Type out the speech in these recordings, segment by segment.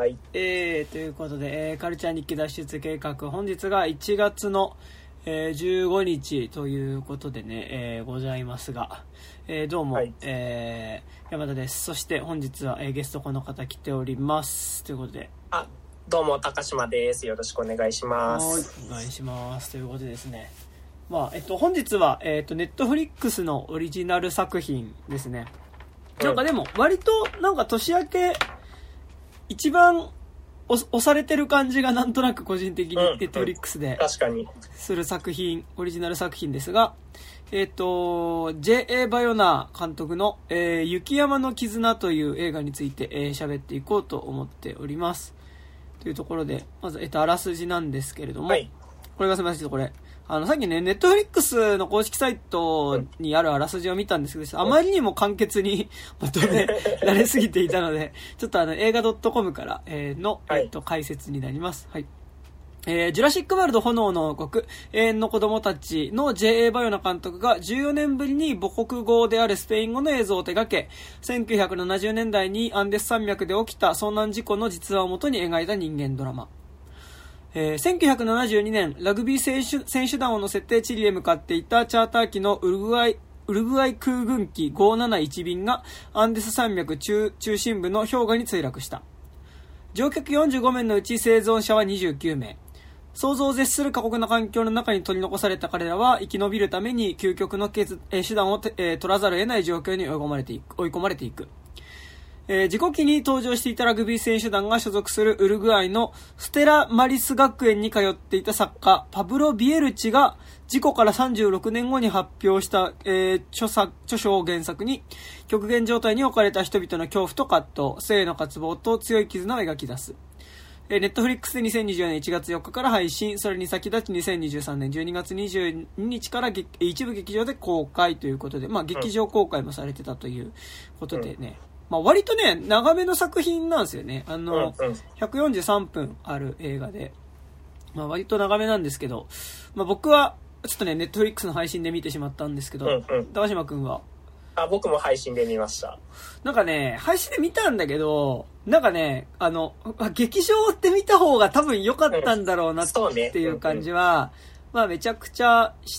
はい。 ということで、カルチャー日記脱出計画、本日が1月の、15日ということでね、ございますが、どうも、 はい、 山田です。そして本日は、ゲストこの方来ております。ということで。 どうも、高島です。よろしくお願いします。 はい、お願いします。ということでですね。まあ、本日は、ネットフリックスのオリジナル作品ですね。なんかでも、割と、なんか年明け、一番押されてる感じがなんとなく個人的にネットフリックスで、 確かに。 する作品、オリジナル作品ですが、J.A. バヨナー監督の、雪山の絆という映画について喋っていこうと思っております。というところで、まず、あらすじなんですけれども、 はい、 これがすみません、これ。さっきね、ネットフリックスの公式サイトにあるあらすじを見たんですけど、あまりにも簡潔にまとめられすぎていたので、ちょっと映画 .com から、の、解説になります。はい。ジュラシックワールド炎の王国、永遠の子供たちの J.A. バヨナ監督が14年ぶりに母国語であるスペイン語の映像を手掛け、1970年代にアンデス山脈で起きた遭難事故の実話をもとに描いた人間ドラマ。1972年、ラグビー選手団を乗せてチリへ向かっていたチャーター機のウルグアイ空軍機571便がアンデス山脈中心部の氷河に墜落した。乗客45名のうち生存者は29名。想像を絶する過酷な環境の中に取り残された彼らは生き延びるために究極の手段を取らざるを得ない状況に追い込まれていく。事故機に登場していたラグビー選手団が所属するウルグアイのステラマリス学園に通っていた作家パブロ・ビエルチが事故から36年後に発表した、著書を原作に極限状態に置かれた人々の恐怖と葛藤、生の渇望と強い絆を描き出す。ネットフリックスで2024年1月4日から配信、それに先立ち2023年12月22日から一部劇場で公開ということで、まあ劇場公開もされてたということでね、まあ割とね、長めの作品なんですよね。143分ある映画で、まあ割と長めなんですけど、まあ僕はちょっとね、ネットフリックスの配信で見てしまったんですけど、高島くんは？ 僕も配信で見ました。 なんかね、配信で見たんだけど、なんかね、劇場って見た方が多分良かったんだろうなっていう感じは、まあめちゃくちゃして、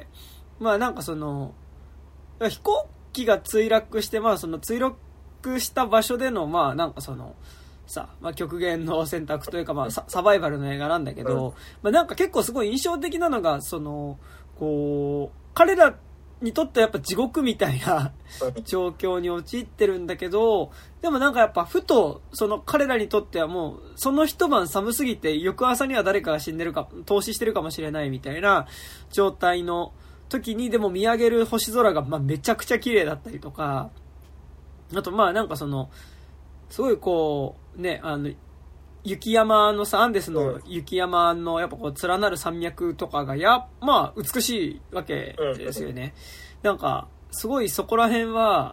まあなんかその、飛行機が墜落して、まあその墜落した場所での、まあなんかその、まあ極限の選択というか、まあサバイバルの映画なんだけど、まあなんか結構すごい印象的なのが、その、こう、彼らにとってはやっぱ地獄みたいな状況に陥ってるんだけど、でもなんかやっぱふとその彼らにとってはもうその一晩寒すぎて翌朝には誰かが死んでるか、凍死してるかもしれないみたいな状態の時にでも見上げる星空がまあめちゃくちゃ綺麗だったりとか、あとまあなんかそのすごいこうね、雪山のアンデスの雪山のやっぱこう連なる山脈とかがまあ美しいわけですよね。なんかすごいそこら辺は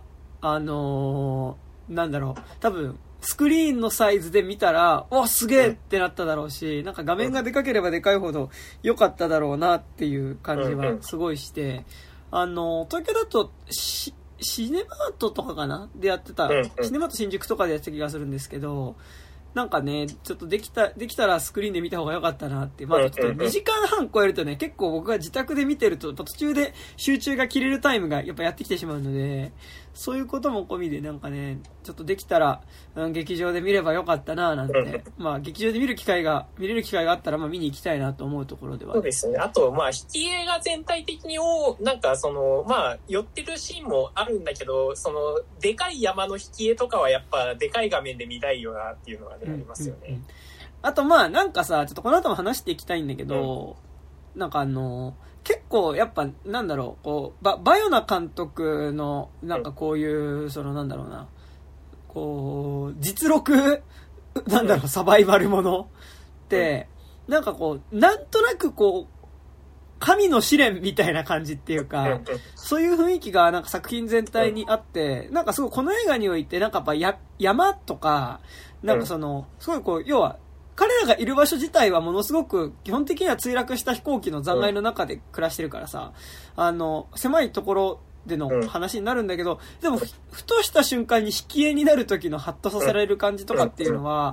なんだろう、多分スクリーンのサイズで見たらわすげえってなっただろうし、なんか画面がでかければでかいほど良かっただろうなっていう感じはすごいして、東京だとシネマートとかかなでやってた、シネマート新宿とかでやってた気がするんですけど、なんかね、ちょっとできたらスクリーンで見た方が良かったなって。まあちょっと2時間半超えるとね、結構僕が自宅で見てると途中で集中が切れるタイムがやっぱやってきてしまうので、そういうことも込みでなんかね、ちょっとできたら、劇場で見れば良かったななんて、まあ劇場で見れる機会があったらまあ見に行きたいなと思うところでは。 そうですね。あとまあ引き絵が全体的になんかそのまあ寄ってるシーンもあるんだけど、そのでかい山の引き絵とかはやっぱでかい画面で見たいよなっていうのはね、ありますよね。 あとまあなんかちょっとこの後も話していきたいんだけど、なんか結構やっぱなんだろう、こうバヨナ監督のなんかこういうそのなんだろうな、こう実録なんだろう、サバイバルものってなんかこうなんとなくこう神の試練みたいな感じっていうか、そういう雰囲気がなんか作品全体にあって、なんかすごいこの映画においてなんかやっぱ山とかなんかそのすごいこう要は彼らがいる場所自体はものすごく基本的には墜落した飛行機の残骸の中で暮らしてるからさ、狭いところでの話になるんだけど、でもふとした瞬間に引き絵になる時のハッとさせられる感じとかっていうのは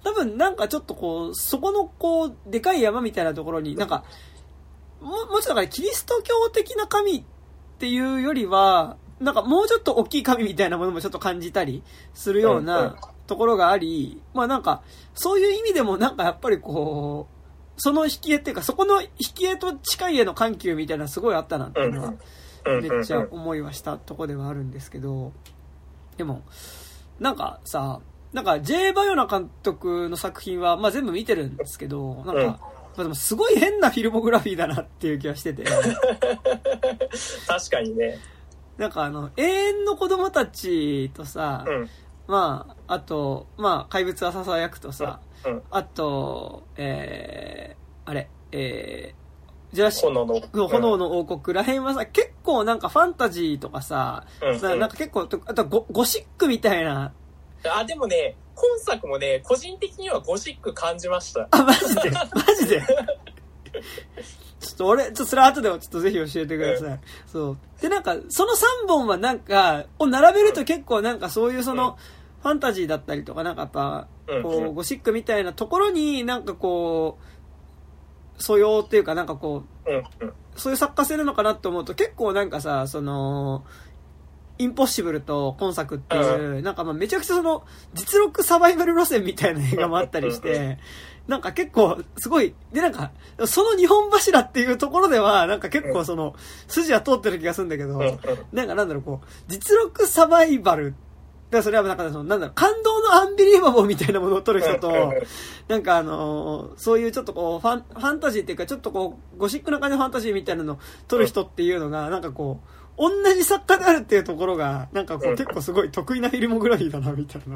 多分なんかちょっとこう、そこのこう、でかい山みたいなところになんか、もうちょっとだからキリスト教的な神っていうよりは、なんかもうちょっと大きい神みたいなものもちょっと感じたりするようなところがあり、まあなんか、そういう意味でもなんかやっぱりこう、その引き絵っていうか、そこの引き絵と近い絵の緩急みたいなのすごいあったなっていうのは、めっちゃ思いはしたとこではあるんですけど、でも、なんかさ、なんか J. バヨナ監督の作品は、まあ全部見てるんですけど、なんか、でもすごい変なフィルモグラフィーだなっていう気がしてて。 確かにね。 なんか永遠の子供たちとさ、まあ、あと、まあ、怪物は囁くとさ、あと、あれ、ジュラシック炎の王国らへんはさ、結構なんかファンタジーとかさ、なんか結構、あとゴシックみたいな。 あ、でもね、今作もね、個人的にはゴシック感じました。 あ、マジでマジでちょっとそれ後でもちょっとぜひ教えてください。そう。で、なんか、その3本はなんか、を並べると結構なんかそういうその、ファンタジーだったりとか、なんかやっぱ、こう、ゴシックみたいなところになんかこう、素養っていうかなんかこう、そういう作家性なのかなって思うと結構なんかさ、その、インポッシブルと今作っていう、なんかまあめちゃくちゃその、実録サバイバル路線みたいな映画もあったりして、なんか結構すごい、でなんか、その日本柱っていうところでは、なんか結構その、筋は通ってる気がするんだけど、なんかなんだろう、こう、実録サバイバル、だからそれはなんかその、なんだろう、感動のアンビリーバボーみたいなものを撮る人と、なんかそういうちょっとこう、ファンタジーっていうか、ちょっとこう、ゴシックな感じのファンタジーみたいなのを撮る人っていうのが、なんかこう、同じ作家であるっていうところが、なんかこう、結構すごい得意なフィルモグラフィーだな、みたいな。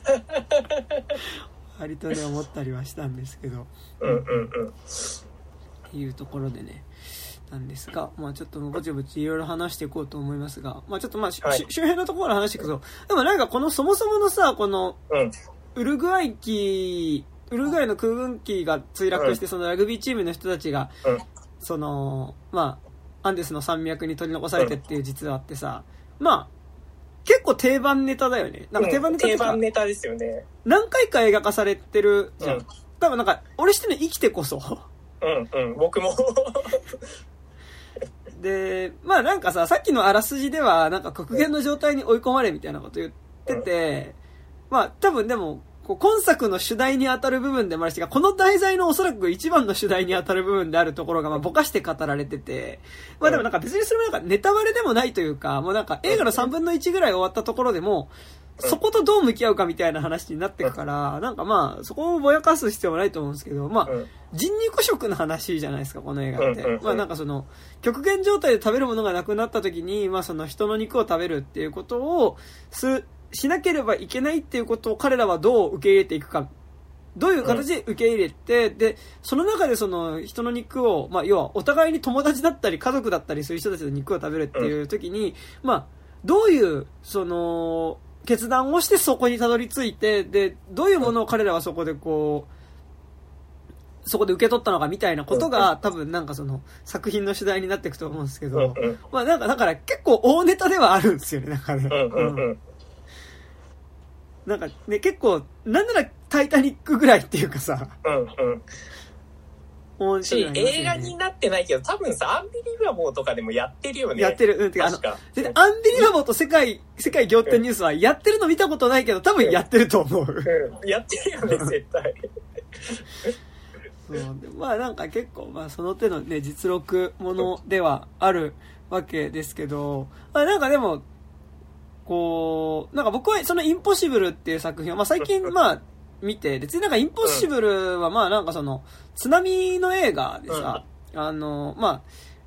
割とね、思ったりはしたんですけど。っていうところでね、なんですが、まあちょっとぼちぼちいろいろ話していこうと思いますが、まあちょっとまあ、周辺のところ話していくと、でもなんかこのそもそものさ、この、ウルグアイの空軍機が墜落して、そのラグビーチームの人たちが、その、まあ、アンデスの山脈に取り残されてっていう実話ってさ、まあ、結構定番ネタだよね。なんか定番ネタって定番ネタですよね。 何回か映画化されてるじゃん。多分なんか、俺してね、生きてこそ。 僕も。 で、まあなんかさ、さっきのあらすじでは、なんか極限の状態に追い込まれみたいなこと言ってて、まあ多分でも、今作の主題に当たる部分でもあるし、この題材のおそらく一番の主題に当たる部分であるところが、まあ、ぼかして語られてて、まあでもなんか別にそれもなんかネタバレでもないというか、もうなんか映画の3分の1ぐらい終わったところでも、そことどう向き合うかみたいな話になってくから、なんかまあ、そこをぼやかす必要はないと思うんですけど、まあ、人肉食の話じゃないですか、この映画って。まあなんかその、極限状態で食べるものがなくなった時に、まあその人の肉を食べるっていうことをしなければいけないっていうことを彼らはどう受け入れていくか。どういう形で受け入れて、で、その中でその人の肉を、まあ要はお互いに友達だったり家族だったりそういう人たちの肉を食べるっていう時に、まあ、どういう、その、決断をしてそこにたどり着いて、で、どういうものを彼らはそこでこう、そこで受け取ったのかみたいなことが多分なんかその作品の主題になっていくと思うんですけど、まあなんかだから結構大ネタではあるんですよね、なんかね。なんかね、結構、なんならタイタニックぐらいっていうかさ、 映画になってないけど、多分さ、アンビリバボーとかでもやってるよね。 やってる。てかアンビリバボーと世界仰天ニュースはやってるの見たことないけど、多分やってると思う。 やってるよね、絶対。 まあなんか結構、まあその手のね、実録ものではあるわけですけど、まあなんかでも、こう、なんか僕はそのインポッシブルっていう作品を、まあ最近まあ見て、別になんかインポッシブルはまあなんかその、津波の映画でさ、まあ、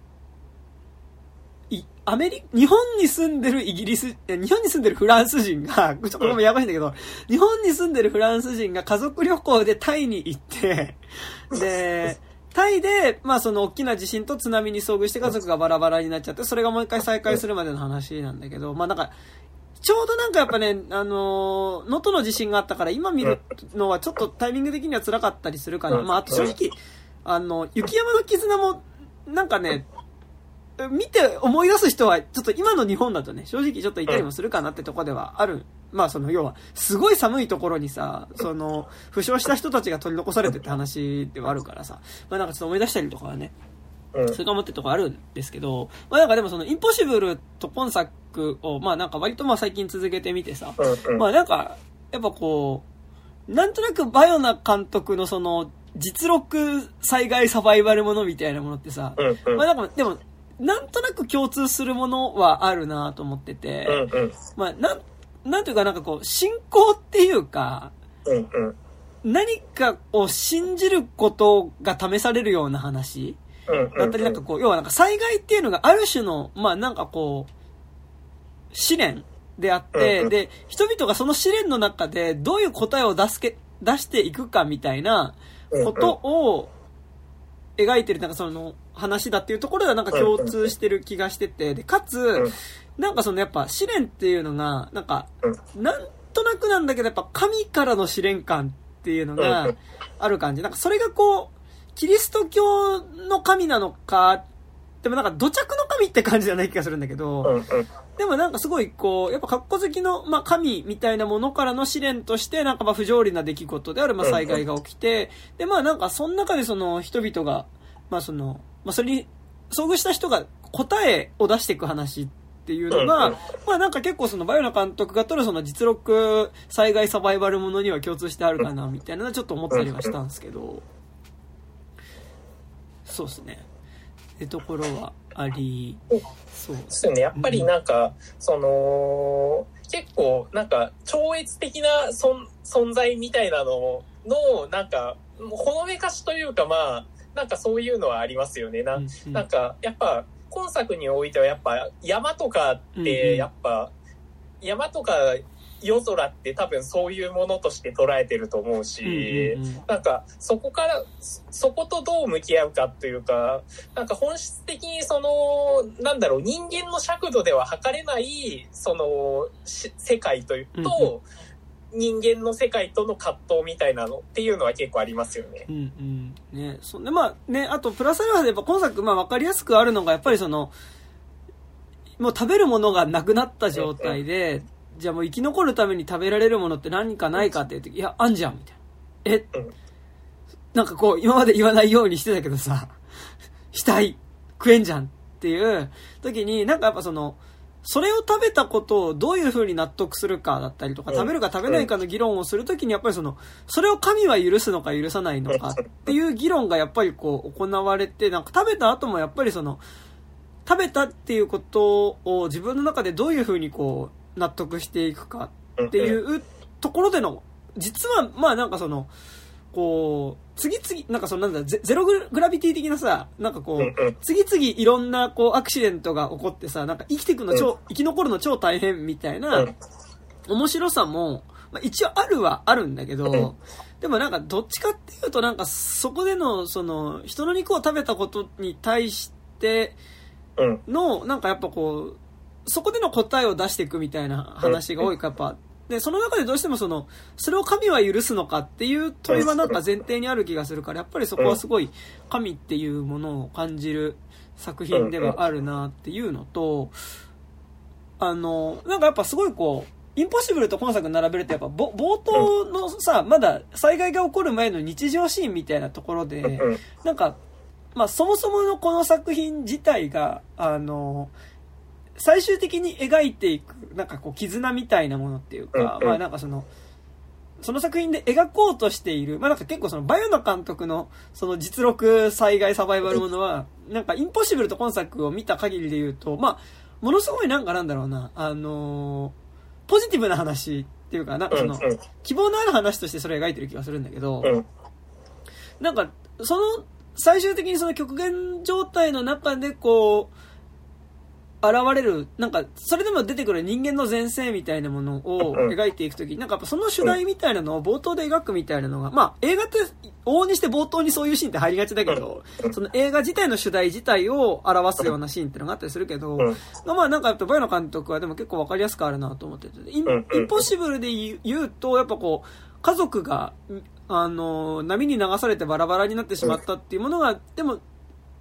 日本に住んでる日本に住んでるフランス人が、ちょっとこれもやばいんだけど、日本に住んでるフランス人が家族旅行でタイに行って、で、タイで、まあその大きな地震と津波に遭遇して家族がバラバラになっちゃって、それがもう一回再開するまでの話なんだけど、まあなんか、ちょうどなんかやっぱね、能登の地震があったから今見るのはちょっとタイミング的には辛かったりするかな。まああと正直、雪山の絆も、なんかね、 見て思い出す人は、ちょっと今の日本だとね、正直ちょっといたりもするかなってとこではある。まあその、要は、すごい寒いところにさ、その、負傷した人たちが取り残されてって話ではあるからさ、まあなんかちょっと思い出したりとかはね、そういうかもってとこあるんですけど、まあなんかでもその、インポッシブルと今作を、まあなんか割とまあ最近続けてみてさ、まあなんか、やっぱこう、なんとなくバヨナ監督のその、実録災害サバイバルものみたいなものってさ、まあなんか、でも、なんとなく共通するものはあるなと思ってて、まあなんていうかなんかこう、信仰っていうか、何かを信じることが試されるような話だったり、なんかこう、要はなんか災害っていうのがある種の、まあなんかこう、試練であって、で、人々がその試練の中でどういう答えを出していくかみたいなことを描いてる、なんかその話だっていうところではなんか共通してる気がしてて、で、かつ、なんかそのやっぱ試練っていうのが、なんか、なんとなくなんだけどやっぱ神からの試練感っていうのがある感じ。なんかそれがこう、キリスト教の神なのか、でもなんか土着の神って感じじゃない気がするんだけど、でもなんかすごいこう、やっぱ格好好きの、まあ神みたいなものからの試練として、なんかまあ不条理な出来事である、まあ災害が起きて、でまあなんかその中でその人々が、まあその、まあそれに遭遇した人が答えを出していく話っていうのが、まあなんか結構そのバヨナ監督が撮るその実録災害サバイバルものには共通してあるかなみたいなのはちょっと思ったりはしたんですけど、そうですね。ってところはあり、 そうですよね。やっぱりなんか、その、結構なんか超越的な存在みたいなのの、なんか、ほのめかしというかまあ、なんかそういうのはありますよね。なんか、やっぱ、今作においてはやっぱ山とかって、やっぱ、山とか夜空って多分そういうものとして捉えてると思うし、なんかそことどう向き合うかというか、なんか本質的にその、なんだろう、人間の尺度では測れない、その、世界と、人間の世界との葛藤みたいなのっていうのは結構ありますよね。 ね、そんでまあね、あとプラスアルファでやっぱ今作まあ分かりやすくあるのがやっぱりその、もう食べるものがなくなった状態で、じゃあもう生き残るために食べられるものって何かないかって言って、いや、あんじゃんみたいな。なんかこう、今まで言わないようにしてたけどさ、死体食えんじゃんっていう時に、なんかやっぱその、それを食べたことをどういう風に納得するかだったりとか、食べるか食べないかの議論をするときにやっぱりその、それを神は許すのか許さないのかっていう議論がやっぱりこう行われて、なんか食べた後もやっぱりその、食べたっていうことを自分の中でどういう風にこう納得していくかっていうところでの、実はまあなんかその、こう、次々、なんかそのなんだ、ゼログラビティ的なさ、なんかこう、次々いろんなこうアクシデントが起こってさ、なんか生き残るの超大変みたいな面白さも、まあ、一応あるはあるんだけど、でもなんかどっちかっていうとなんかそこでのその人の肉を食べたことに対しての、なんかやっぱこう、そこでの答えを出していくみたいな話が多いからやっぱ、で、その中でどうしてもそれを神は許すのかっていう問いはなんか前提にある気がするから、やっぱりそこはすごい神っていうものを感じる作品ではあるなっていうのと、なんかやっぱすごいこう、インポッシブルと今作並べるとやっぱ冒頭のさ、まだ災害が起こる前の日常シーンみたいなところで、なんか、まあそもそものこの作品自体が、最終的に描いていく、なんかこう、絆みたいなものっていうか、まあなんかその作品で描こうとしている、まあなんか結構その、バヨナ監督の、その実録災害サバイバルものは、なんかインポッシブルと今作を見た限りで言うと、まあ、ものすごいなんだろうな、ポジティブな話っていうか、なんかその、希望のある話としてそれを描いてる気がするんだけど、なんか、最終的にその極限状態の中でこう、現れる、なんか、それでも出てくる人間の前世みたいなものを描いていくとき、なんかやっぱその主題みたいなのを冒頭で描くみたいなのが、まあ映画って往々にして冒頭にそういうシーンって入りがちだけど、その映画自体の主題自体を表すようなシーンってのがあったりするけど、まあなんかやっぱバヨナ監督はでも結構わかりやすくあるなと思ってて、インポッシブルで言うと、やっぱこう、家族が、波に流されてバラバラになってしまったっていうものが、でも、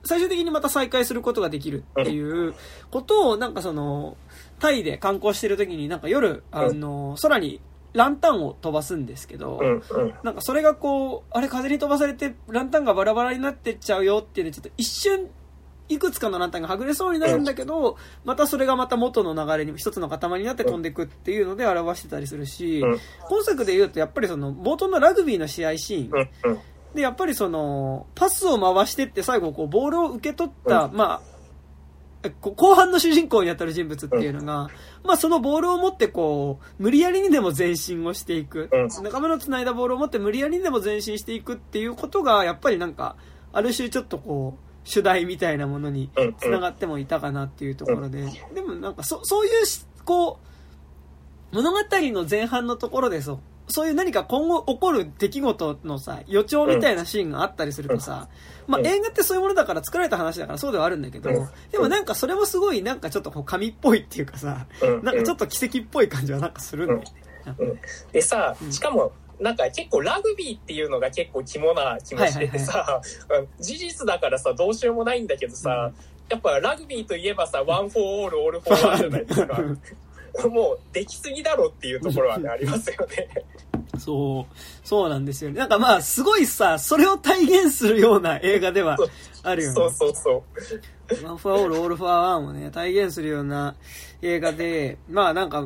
最終的にまた再会することができるっていうことを、なんかその、タイで観光してる時になんか夜、空にランタンを飛ばすんですけど、なんかそれがこう、あれ風に飛ばされてランタンがバラバラになってっちゃうよっていうね、ちょっと一瞬、いくつかのランタンがはぐれそうになるんだけど、またそれがまた元の流れに一つの塊になって飛んでいくっていうので表してたりするし、今作で言うとやっぱりその冒頭のラグビーの試合シーンで、やっぱりそのパスを回してって最後こうボールを受け取った、まあ後半の主人公にあたる人物っていうのが、まあそのボールを持ってこう無理やりにでも前進をしていく、仲間の繋いだボールを持って無理やりにでも前進していくっていうことがやっぱりなんかある種ちょっとこう主題みたいなものに繋がってもいたかなっていうところで、でもなんかそういうこう物語の前半のところでそういう何か今後起こる出来事のさ予兆みたいなシーンがあったりするとさ、まあ映画ってそういうものだから作られた話だからそうではあるんだけど、でもなんかそれもすごいなんかちょっとこう神っぽいっていうかさ、なんかちょっと奇跡っぽい感じはなんかするんだよね。 でさ、しかもなんか結構ラグビーっていうのが結構肝な気もしててさ、事実だからさどうしようもないんだけどさ、やっぱラグビーといえばさワンフォーオールオールフォーワンじゃないですか。もうできすぎだろっていうところはねありますよね。 そうなんですよね。なんかまあすごいさそれを体現するような映画ではあるよね。ワンフォーオールオールフォーワンをね体現するような映画で、まあなんか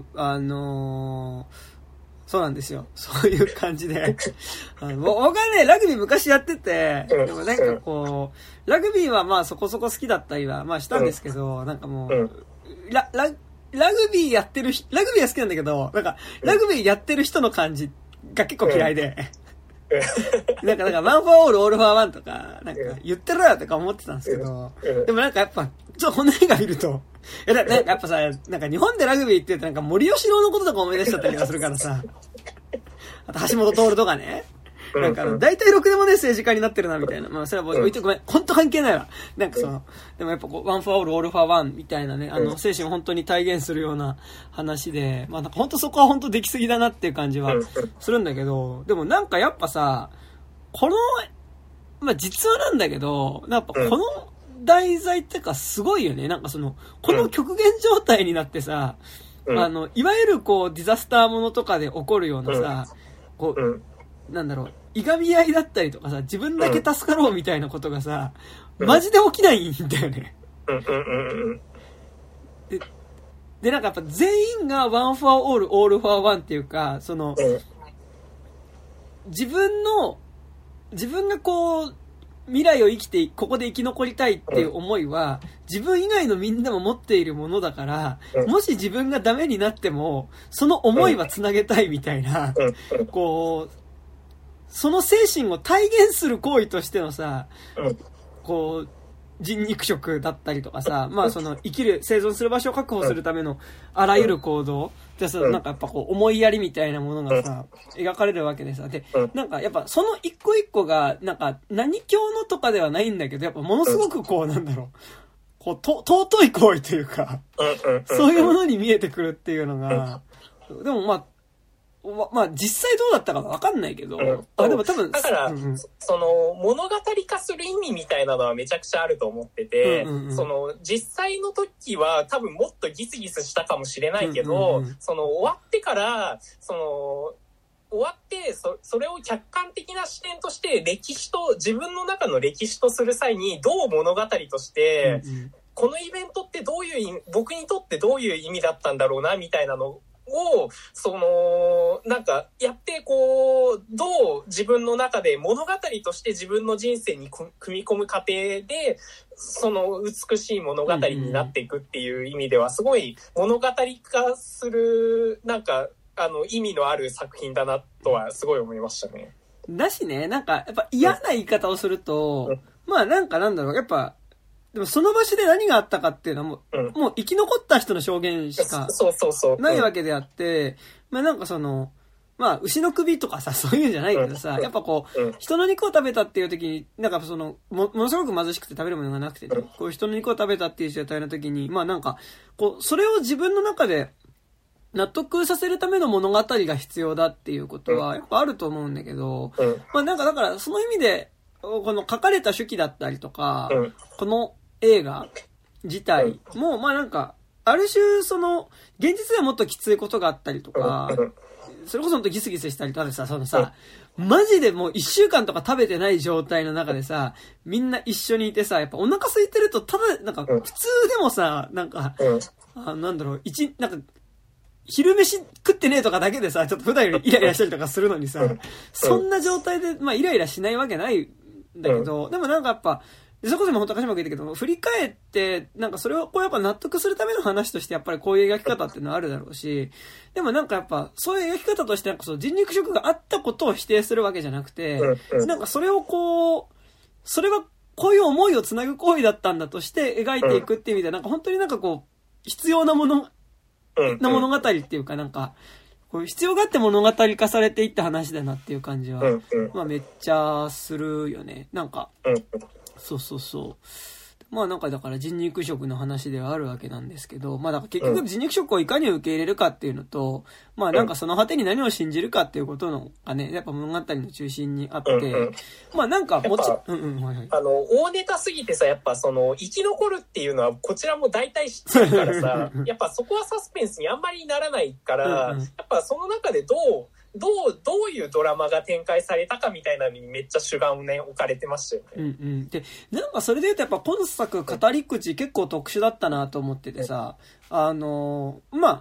そうなんですよ。そういう感じで。僕はね、ラグビー昔やってて、でもなんかこう、ラグビーはまあそこそこ好きだったりは、まあしたんですけど、なんかもう、ラグビーやってる、ラグビーは好きなんだけど、なんか、ラグビーやってる人の感じが結構嫌いで、なんかワンフォーオールオールフォーワンとか、なんか言ってろよとか思ってたんですけど、でもなんかやっぱ、ちょっとこの映画見ると、なんかやっぱさ、なんか日本でラグビーって言うとなんか森喜朗のこととか思い出しちゃったりとかするからさ、あと橋本徹とかね、なんか大体ろくでもね政治家になってるなみたいな。まあそれは置いてごめん。本当関係ないわ。なんかでもやっぱこう、ワンフォーオールオールフォーワンみたいなね、精神を本当に体現するような話で、まあなんか本当そこは本当できすぎだなっていう感じはするんだけど、でもなんかやっぱさ、この、まあ実話なんだけど、やっぱこの題材ってかすごいよね。なんかこの極限状態になってさ、いわゆるこうディザスターものとかで起こるようなさ、こう、なんだろう、いがみ合いだったりとかさ、自分だけ助かろうみたいなことがさ、マジで起きないんだよね。で、なんかやっぱ全員がワンフォアオール、オールフォアワンっていうか、自分がこう、未来を生きて、ここで生き残りたいっていう思いは、自分以外のみんなも持っているものだから、もし自分がダメになっても、その思いはつなげたいみたいな、こう、その精神を体現する行為としてのさ、こう、人肉食だったりとかさ、まあ生きる、生存する場所を確保するためのあらゆる行動、でなんかやっぱこう思いやりみたいなものがさ、描かれるわけでさ、で、なんかやっぱその一個一個が、なんか何教のとかではないんだけど、やっぱものすごくこうなんだろう、こう尊い行為というか、そういうものに見えてくるっていうのが、でもまあ実際どうだったかわかんないけど、でも多分だから、物語化する意味みたいなのはめちゃくちゃあると思ってて、実際の時は多分もっとギスギスしたかもしれないけど、終わってから、終わってそれを客観的な視点として自分の中の歴史とする際にどう物語として、このイベントって僕にとってどういう意味だったんだろうなみたいなのをなんかやってこうどう自分の中で物語として自分の人生に組み込む過程で美しい物語になっていくっていう意味ではすごい物語化するなんか意味のある作品だなとはすごい思いましたね。 だしね、なんかやっぱ嫌な言い方をすると、まあなんかなんだろう、やっぱでもその場所で何があったかっていうのはもう生き残った人の証言しかないわけであって、まあなんかまあ牛の首とかさ、そういうんじゃないけどさ、やっぱこう、人の肉を食べたっていう時に、なんかものすごく貧しくて食べるものがなくて、こう人の肉を食べたっていう状態の時に、まあなんか、こう、それを自分の中で納得させるための物語が必要だっていうことはやっぱあると思うんだけど、まあなんかだからその意味で、 この書かれた手記だったりとか、 うん、 この映画自体も、まあなんか、ある種、その、現実ではもっときついことがあったりとか、それこそほんとギスギスしたりとかでさ、そのさ、マジでもう1週間とか食べてない状態の中でさ、みんな一緒にいてさ、やっぱお腹空いてると、ただ、なんか、普通でもさ、なんか、なんだろう、なんか、昼飯食ってねえとかだけでさ、ちょっと普段よりイライラしたりとかするのにさ、そんな状態で、まあイライラしないわけないんだけど、でもなんかやっぱ、そこでも本当高島君言ったけど、振り返って、なんかそれをこうやっぱ納得するための話としてやっぱりこういう描き方っていうのはあるだろうし、でもなんかやっぱそういう描き方としてなんかその人肉食があったことを否定するわけじゃなくて、なんかそれをこう、それはこういう思いをつなぐ行為だったんだとして描いていくっていう意味でなんか本当になんかこう、必要なもの、物語っていうかなんか、こう必要があって物語化されていった話だなっていう感じは、まあめっちゃするよね。なんか、そうそうそう。まあなんかだから人肉食の話ではあるわけなんですけど、まあだから結局人肉食をいかに受け入れるかっていうのと、まあなんかその果てに何を信じるかっていうことのがね、やっぱ物語の中心にあって、まあなんかもちろん、はいはい、 大ネタすぎてさ、やっぱその生き残るっていうのはこちらも大体知ってるからさ、やっぱそこはサスペンスにあんまりならないから、やっぱその中でどういうドラマが展開されたかみたいなのにめっちゃ主眼をね、置かれてましたよね。 で、なんかそれで言うとやっぱ今作語り口結構特殊だったなと思っててさ、まあ、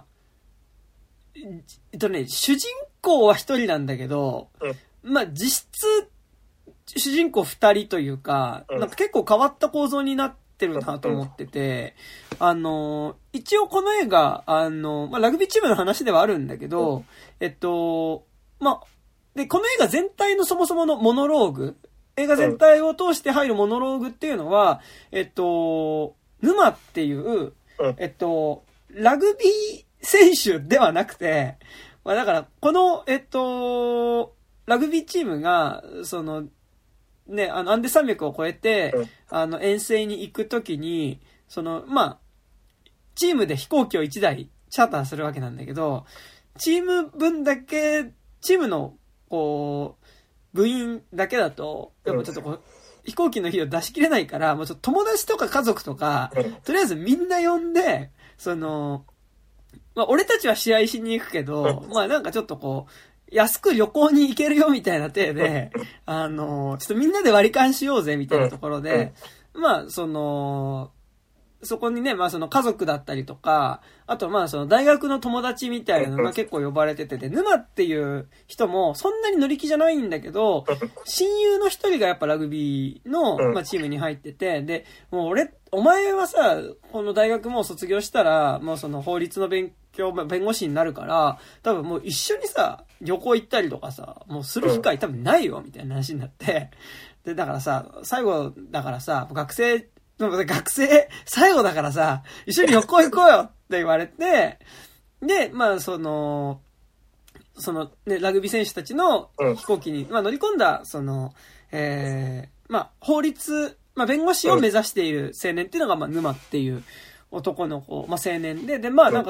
主人公は一人なんだけど、まあ実質、主人公二人というか、なんか結構変わった構造になってるなと思ってて、一応この映画、まあラグビーチームの話ではあるんだけど、まあ、で、この映画全体のそもそものモノローグ、映画全体を通して入るモノローグっていうのは、沼っていう、ラグビー選手ではなくて、まあだから、この、ラグビーチームが、その、ね、アンデス山脈を越えて、遠征に行くときに、その、まあ、チームで飛行機を1台チャーターするわけなんだけど、チーム分だけ、チームの、こう、部員だけだと、やっぱちょっとこう、飛行機の費用出し切れないから、もうちょっと友達とか家族とか、とりあえずみんな呼んで、その、まあ俺たちは試合しに行くけど、まあなんかちょっとこう、安く旅行に行けるよみたいな体で、ちょっとみんなで割り勘しようぜみたいなところで、まあそこにね、まあその家族だったりとか、あとまあその大学の友達みたいなのが結構呼ばれてて、沼っていう人もそんなに乗り気じゃないんだけど、親友の一人がやっぱラグビーの、まあ、チームに入ってて、で、もうお前はさ、この大学もう卒業したら、もうその法律の弁護士になるから、多分もう一緒にさ、旅行行ったりとかさ、もうする機会多分ないよ、みたいな話になって、で、だからさ、最後だからさ、学生、最後だからさ、一緒に旅行行こうよって言われて、で、まあそのね、ラグビー選手たちの飛行機に、まあ乗り込んだ、まあ法律、まあ弁護士を目指している青年っていうのが、まあ沼っていう男の子、まあ青年で、まあなんか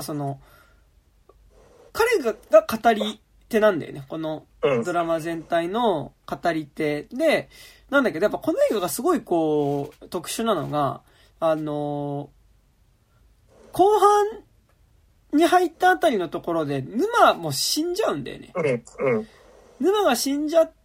彼が語り手なんだよね。このドラマ全体の語り手で、なんだけど、やっぱこの映画がすごいこう、特殊なのが、後半に入ったあたりのところで、沼も死んじゃうんだよね。沼が死んじゃって、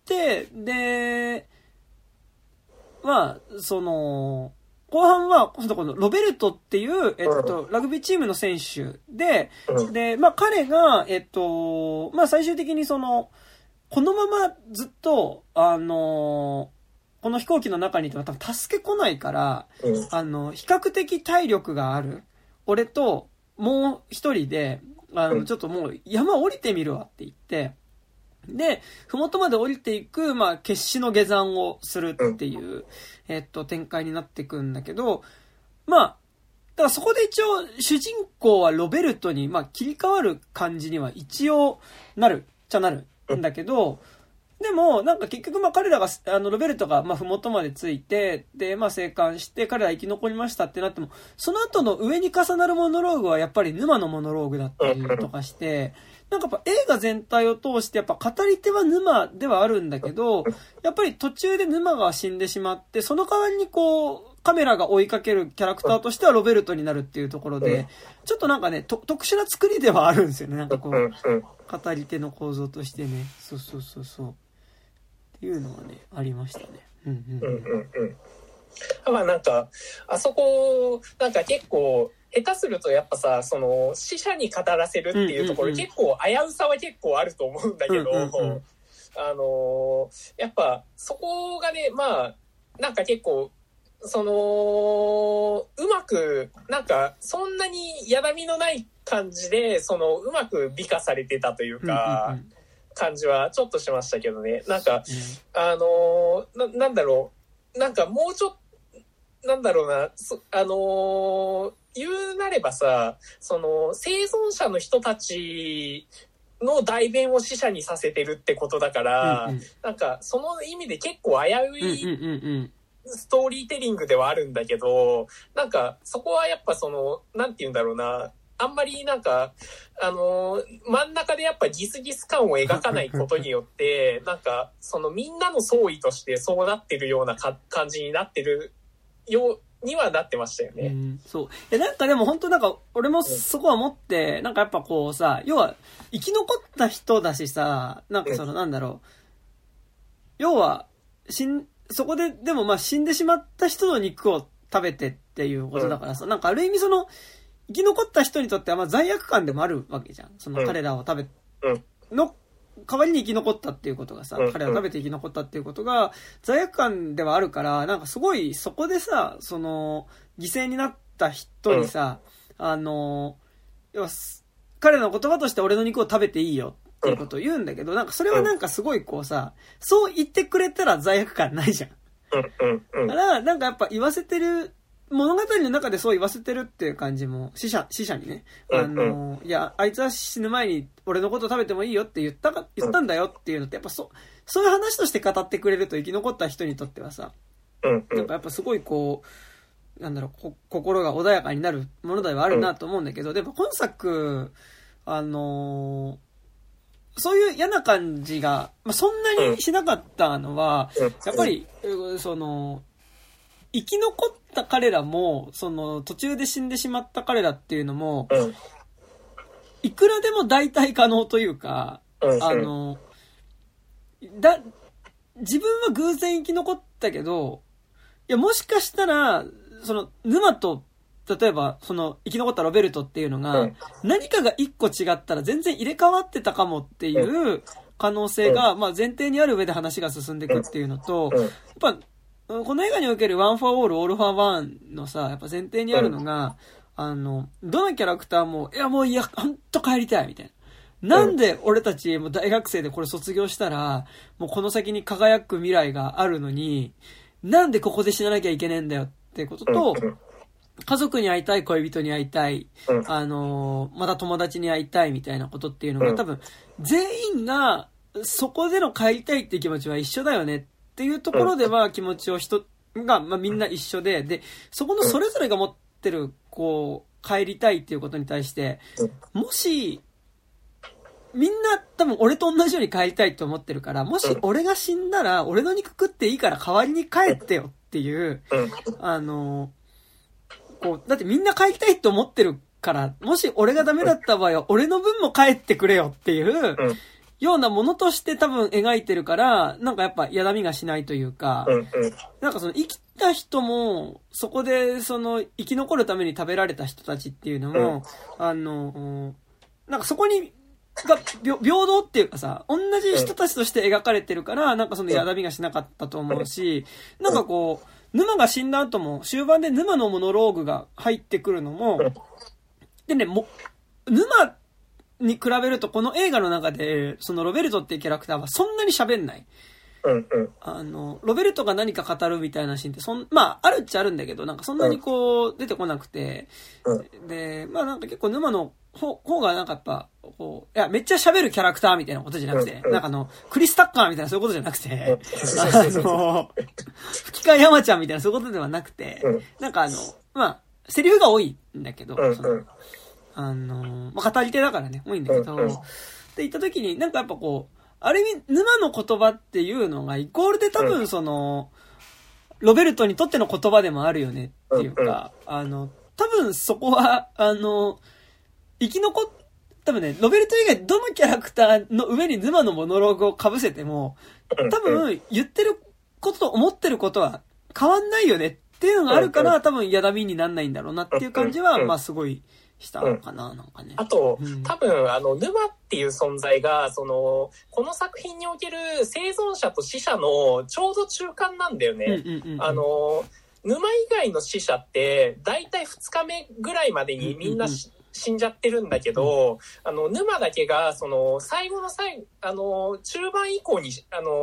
で、まあ、後半は、今度このロベルトっていう、ラグビーチームの選手で、まあ彼が、まあ最終的にこのままずっと、この飛行機の中にいても多分助け来ないから、比較的体力がある。俺と、もう一人で、ちょっともう山降りてみるわって言って、で、ふもとまで降りていく、まあ、決死の下山をするっていう、展開になっていくんだけど、まあ、だからそこで一応、主人公はロベルトに、まあ、切り替わる感じには一応なるんだけど、でも、なんか結局、まあ彼らが、ロベルトが、まあ、ふもとまで着いて、で、まあ、生還して、彼ら生き残りましたってなっても、その後の上に重なるモノローグは、やっぱり沼のモノローグだったりとかして、 なんかやっぱ映画全体を通してやっぱ語り手は沼ではあるんだけど、やっぱり途中で沼が死んでしまって、その代わりにこう、カメラが追いかけるキャラクターとしてはロベルトになるっていうところで、ちょっとなんかね、特殊な作りではあるんですよね。なんかこう、語り手の構造としてね。そうそうそうそう。っていうのはね、ありましたね。 まあなんか、あそこ、なんか結構、下手するとやっぱさ、その、死者に語らせるっていうところ、結構危うさは結構あると思うんだけど、やっぱ、そこがね、まあ、なんか結構、その、うまく、なんか、そんなにやだみのない感じで、その、うまく美化されてたというか、感じはちょっとしましたけどね。なんか、なんだろう、なんかもうちょっと、なんだろうな、言うなればさ、その、生存者の人たちの代弁を死者にさせてるってことだから、なんか、その意味で結構危うい、ストーリーテリングではあるんだけど、なんかそこはやっぱそのなんて言うんだろうな、あんまりなんか真ん中でやっぱギスギス感を描かないことによってなんかそのみんなの総意としてそうなってるような感じになってるようにはなってましたよね。 そう。なんかでも本当なんか俺もそこは思って、なんかやっぱこうさ、要は生き残った人だしさ、なんかそのなんだろう、要はそこで、でもまあ死んでしまった人の肉を食べてっていうことだからさ、なんかある意味その、生き残った人にとってはまあ罪悪感でもあるわけじゃん。その彼らを食べ、の代わりに生き残ったっていうことがさ、彼らを食べて生き残ったっていうことが罪悪感ではあるから、なんかすごいそこでさ、その、犠牲になった人にさ、要は、彼らの言葉として俺の肉を食べていいよ。っていうことを言うんだけど、なんかそれはなんかすごいこうさ、そう言ってくれたら罪悪感ないじゃん。だから、なんかやっぱ言わせてる、物語の中でそう言わせてるっていう感じも、死者にね、いや、あいつは死ぬ前に俺のこと食べてもいいよって言ったんだよっていうのって、やっぱそういう話として語ってくれると生き残った人にとってはさ、なんかやっぱすごいこう、なんだろう、心が穏やかになるものではあるなと思うんだけど、でも今作、そういう嫌な感じが、まあ、そんなにしなかったのは、やっぱり、その、生き残った彼らも、その、途中で死んでしまった彼らっていうのも、いくらでも代替可能というか、自分は偶然生き残ったけど、いや、もしかしたら、その、沼と、例えば、その、生き残ったロベルトっていうのが、何かが一個違ったら全然入れ替わってたかもっていう可能性が、まあ前提にある上で話が進んでいくっていうのと、やっぱ、この映画におけるワンフォーオール、オールフォーワンのさ、やっぱ前提にあるのが、どのキャラクターも、ほんと帰りたいみたいな。なんで俺たちも大学生でこれ卒業したら、もうこの先に輝く未来があるのに、なんでここで死ななきゃいけねえんだよってことと、家族に会いたい、恋人に会いたい、また友達に会いたいみたいなことっていうのが多分、全員がそこでの帰りたいっていう気持ちは一緒だよねっていうところでは気持ちをまあみんな一緒で、そこのそれぞれが持ってる、こう、帰りたいっていうことに対して、もし、みんな多分俺と同じように帰りたいと思ってるから、もし俺が死んだら俺の肉食っていいから代わりに帰ってよっていう、こう、だってみんな帰りたいと思ってるから、もし俺がダメだった場合は俺の分も帰ってくれよっていうようなものとして多分描いてるから、なんかやっぱやだみがしないというか、なんかその生きた人も、そこでその生き残るために食べられた人たちっていうのも、なんかそこに、平等っていうかさ、同じ人たちとして描かれてるから、なんかそのやだみがしなかったと思うし、なんかこう、沼が死んだ後も、終盤で沼のモノローグが入ってくるのも、でね、沼に比べるとこの映画の中で、そのロベルトっていうキャラクターはそんなに喋んない。ロベルトが何か語るみたいなシーンってまあ、あるっちゃあるんだけど、なんかそんなにこう、出てこなくて、で、まあなんか結構沼の方がなんかやっぱ、こう、いや、めっちゃ喋るキャラクターみたいなことじゃなくて、なんかクリス・タッカーみたいなそういうことじゃなくて、吹き替え山ちゃんみたいなそういうことではなくて、なんかまあ、セリフが多いんだけど、まあ、語り手だからね、多いんだけど、 言った時に、なんかやっぱこう、ある意味、沼の言葉っていうのがイコールで多分その、ロベルトにとっての言葉でもあるよねっていうか、多分そこは、生き残っ、多分ね、ロベルト以外どのキャラクターの上に沼のモノローグを被せても、多分言ってることと思ってることは変わんないよねっていうのがあるから、多分やだみになんないんだろうなっていう感じは、まあすごいしたのかな、なんかね。 あと、多分沼っていう存在が、その、この作品における生存者と死者のちょうど中間なんだよね。沼以外の死者って、だいたい2日目ぐらいまでにみんな死んじゃってるんだけど、沼だけが、その、最後の中盤以降に、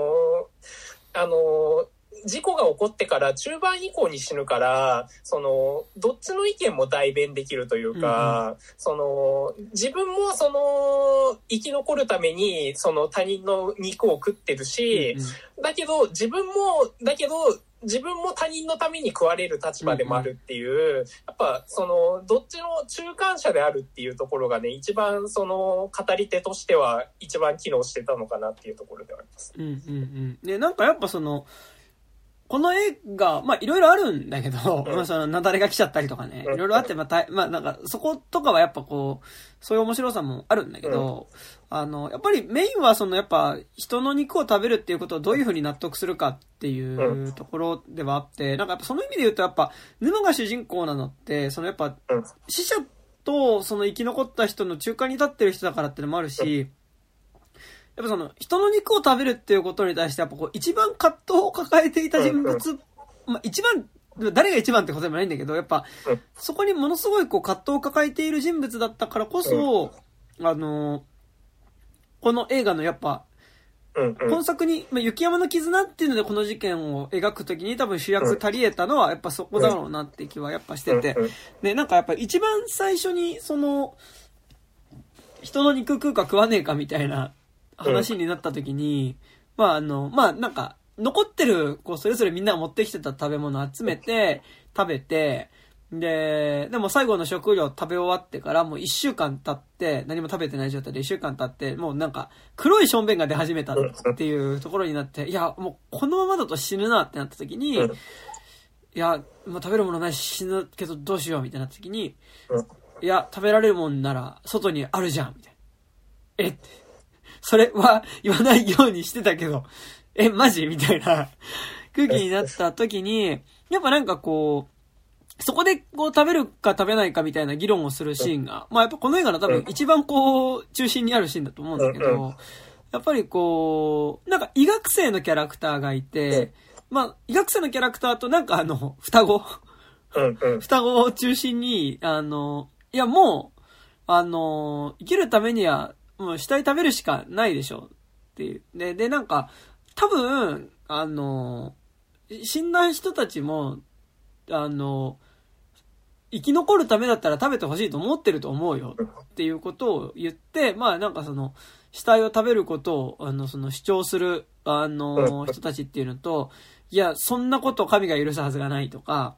事故が起こってから中盤以降に死ぬから、その、どっちの意見も代弁できるというか、その、自分もその、生き残るために、その他人の肉を食ってるし、だけど自分も他人のために食われる立場でもあるっていう、やっぱその、どっちの中間者であるっていうところがね、一番その、語り手としては一番機能してたのかなっていうところではあります。 で、なんかやっぱその、この映画、まあいろいろあるんだけど、まあその、雪崩が来ちゃったりとかね、いろいろあって、まあなんか、そことかはやっぱこう、そういう面白さもあるんだけど、やっぱりメインはそのやっぱ、人の肉を食べるっていうことをどういうふうに納得するかっていうところではあって、なんかやっぱその意味で言うとやっぱ、沼が主人公なのって、そのやっぱ、死者とその生き残った人の中間に立ってる人だからっていうのもあるし、やっぱその人の肉を食べるっていうことに対してやっぱこう一番葛藤を抱えていた人物、まあ一番、誰が一番ってことでもないんだけど、やっぱそこにものすごいこう葛藤を抱えている人物だったからこそ、この映画のやっぱ、本作に、まあ、雪山の絆っていうのでこの事件を描くときに多分主役足り得たのはやっぱそこだろうなって気はやっぱしてて、で、なんかやっぱ一番最初にその、人の肉食うか食わねえかみたいな話になった時に、まあまあなんか、残ってる、こう、それぞれみんなが持ってきてた食べ物を集めて、食べて、でも最後の食料食べ終わってからもう1週間経って、何も食べてない状態で1週間経って、もうなんか、黒いしょんべんが出始めたっていうところになって、いや、もうこのままだと死ぬなってなった時に、いや、もう食べるものないし死ぬけどどうしようみたいな時に、いや、食べられるもんなら外にあるじゃん、みたいな。それは言わないようにしてたけど、マジみたいな空気になった時に、やっぱなんかこう、そこでこう食べるか食べないかみたいな議論をするシーンが、まあやっぱこの映画の多分一番こう、中心にあるシーンだと思うんだけど、やっぱりこう、なんか医学生のキャラクターがいて、まあ医学生のキャラクターとなんか双子を中心に、いやもう、生きるためには、もう死体食べるしかないでしょっていう。で、なんか、多分、死んだ人たちも、生き残るためだったら食べてほしいと思ってると思うよっていうことを言って、まあなんかその、死体を食べることを、その主張する、人たちっていうのと、いや、そんなこと神が許すはずがないとか、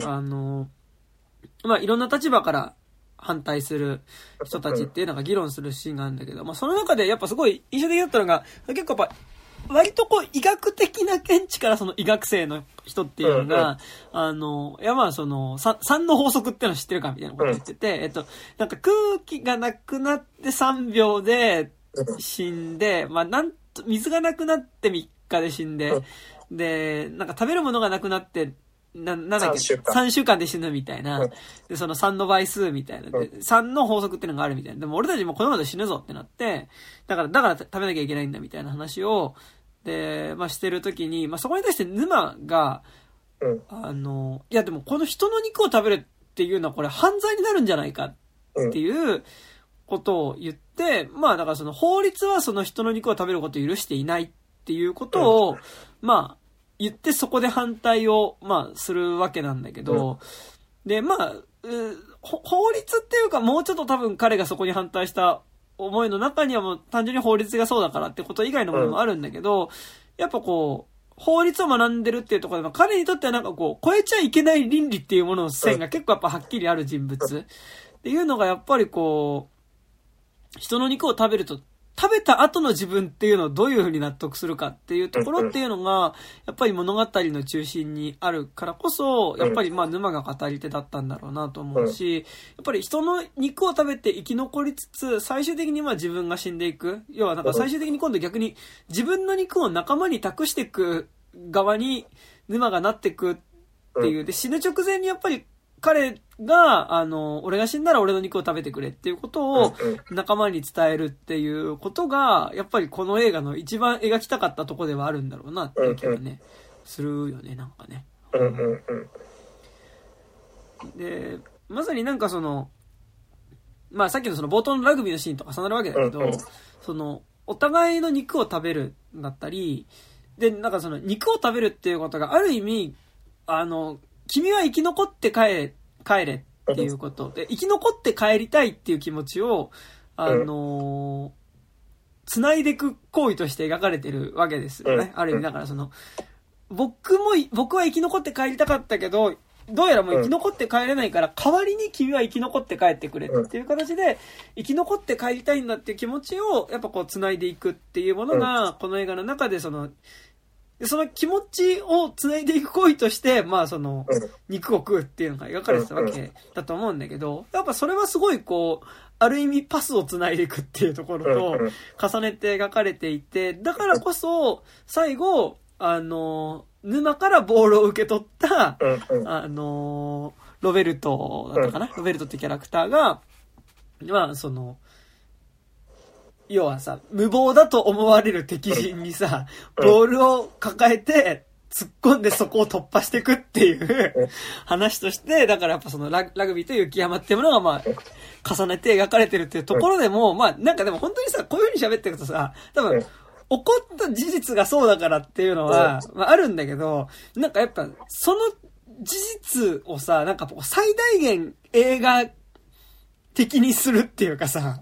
まあいろんな立場から、反対する人たちっていうのが議論するシーンがあるんだけど、まあその中でやっぱすごい印象的だったのが、結構やっぱ、割とこう医学的な見地からその医学生の人っていうのが、いやまあその、3の法則っていうのを知ってるかみたいなこと言ってて、なんか空気がなくなって3秒で死んで、まあ水がなくなって3日で死んで、で、なんか食べるものがなくなって、なんだっけ ?3 週間で死ぬみたいな。で、その3の倍数みたいな。で、3の法則っていうのがあるみたいな。でも俺たちもこのままで死ぬぞってなって、だから食べなきゃいけないんだみたいな話を、で、まあしてるときに、まあそこに対して沼が、いやでもこの人の肉を食べるっていうのはこれ犯罪になるんじゃないかっていうことを言って、まあだからその法律はその人の肉を食べることを許していないっていうことを、まあ、言ってそこで反対を、まあ、するわけなんだけど、で、まあ、法律っていうかもうちょっと多分彼がそこに反対した思いの中にはもう単純に法律がそうだからってこと以外のものもあるんだけど、やっぱこう、法律を学んでるっていうところで、彼にとってはなんかこう、超えちゃいけない倫理っていうものの線が結構やっぱはっきりある人物っていうのがやっぱりこう、人の肉を食べると食べた後の自分っていうのをどういうふうに納得するかっていうところっていうのが、やっぱり物語の中心にあるからこそ、やっぱりまあ沼が語り手だったんだろうなと思うし、やっぱり人の肉を食べて生き残りつつ、最終的にまあ自分が死んでいく。要はなんか最終的に今度逆に自分の肉を仲間に託していく側に沼がなっていくっていう。で、死ぬ直前にやっぱり彼が、俺が死んだら俺の肉を食べてくれっていうことを仲間に伝えるっていうことが、やっぱりこの映画の一番描きたかったところではあるんだろうなっていう気がね、するよね、なんかね。で、まさになんかその、まあさっきのその冒頭のラグビーのシーンと重なるわけだけど、その、お互いの肉を食べるんだったり、で、なんかその肉を食べるっていうことがある意味、君は生き残って帰れっていうこと。で、生き残って帰りたいっていう気持ちを、繋いでいく行為として描かれてるわけですよね。ある意味、だからその、僕は生き残って帰りたかったけど、どうやらもう生き残って帰れないから、代わりに君は生き残って帰ってくれっていう形で、生き残って帰りたいんだっていう気持ちを、やっぱこう繋いでいくっていうものが、この映画の中でその気持ちを繋いでいく行為として、まあその、肉を食うっていうのが描かれてたわけだと思うんだけど、やっぱそれはすごいこう、ある意味パスを繋いでいくっていうところと重ねて描かれていて、だからこそ、最後、沼からボールを受け取った、ロベルトだったかな、ロベルトってキャラクターが、まあその、要はさ、無謀だと思われる敵陣にさ、ボールを抱えて突っ込んでそこを突破していくっていう話として、だからやっぱそのラグビーと雪山っていうものがまあ重ねて描かれてるっていうところでも、まあなんかでも本当にさ、こういう風に喋ってるとさ、多分起こった事実がそうだからっていうのは、まああるんだけど、なんかやっぱその事実をさ、なんか最大限映画的にするっていうかさ、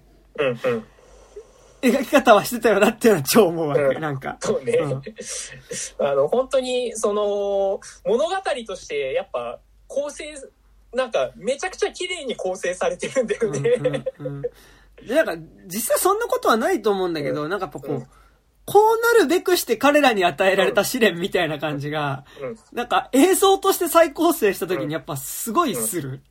描き方はしてたよなっていうのは超思うわけ、なんか。 そうね。本当に、その、物語として、やっぱ、構成、なんか、めちゃくちゃ綺麗に構成されてるんだよね。 で、なんか、実際そんなことはないと思うんだけど、なんかやっぱこう、こうなるべくして彼らに与えられた試練みたいな感じが、なんか映像として再構成した時にやっぱすごいする。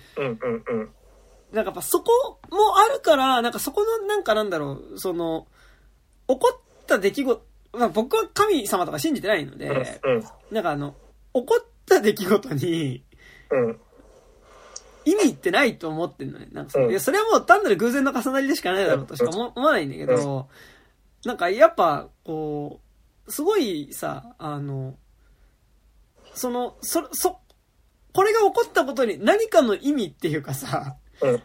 なんかやっぱそこもあるから、なんかそこのなんかなんだろう、その、起こった出来事、まあ僕は神様とか信じてないので、なんか起こった出来事に、意味ってないと思ってんのね。なんかいやそれはもう単なる偶然の重なりでしかないだろうとしか思わないんだけど、なんかやっぱ、こう、すごいさ、これが起こったことに何かの意味っていうかさ、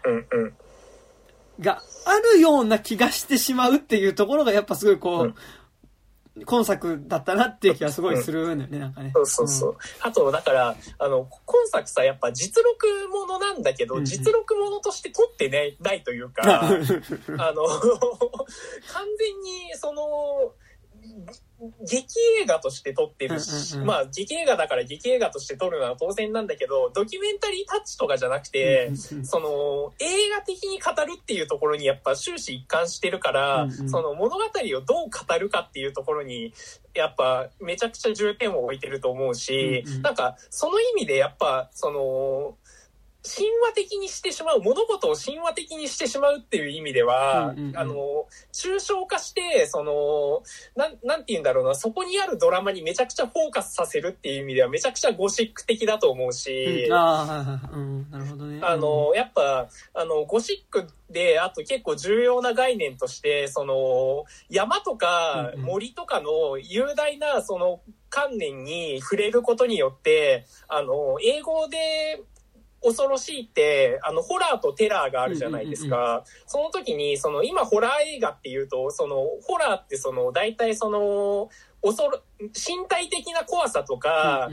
があるような気がしてしまうっていうところがやっぱすごいこう、今作だったなっていう気がすごいするんだよね、なんかね。 そう。あと、だから、今作さ、やっぱ実録ものなんだけど、実録ものとして撮ってないというか、完全に、その、劇映画として撮ってるし、まあ劇映画だから劇映画として撮るのは当然なんだけど、ドキュメンタリータッチとかじゃなくて、その映画的に語るっていうところにやっぱ終始一貫してるから、その物語をどう語るかっていうところにやっぱめちゃくちゃ重点を置いてると思うし、なんかその意味でやっぱその神話的にしてしまう、物事を神話的にしてしまうっていう意味では、抽象化して、その、なんて言うんだろうな、そこにあるドラマにめちゃくちゃフォーカスさせるっていう意味ではめちゃくちゃゴシック的だと思うし、 なるほどね。 やっぱ、ゴシックで、あと結構重要な概念として、その、山とか森とかの雄大なその観念に触れることによって、英語で、恐ろしいって、ホラーとテラーがあるじゃないですか。その時に、今ホラー映画っていうと、ホラーって大体身体的な怖さとか、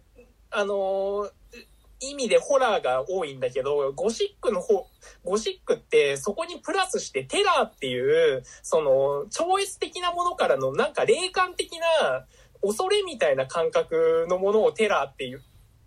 意味でホラーが多いんだけど、ゴシックってそこにプラスしてテラーっていう、超越的なものからのなんか霊感的な恐れみたいな感覚のものをテラーって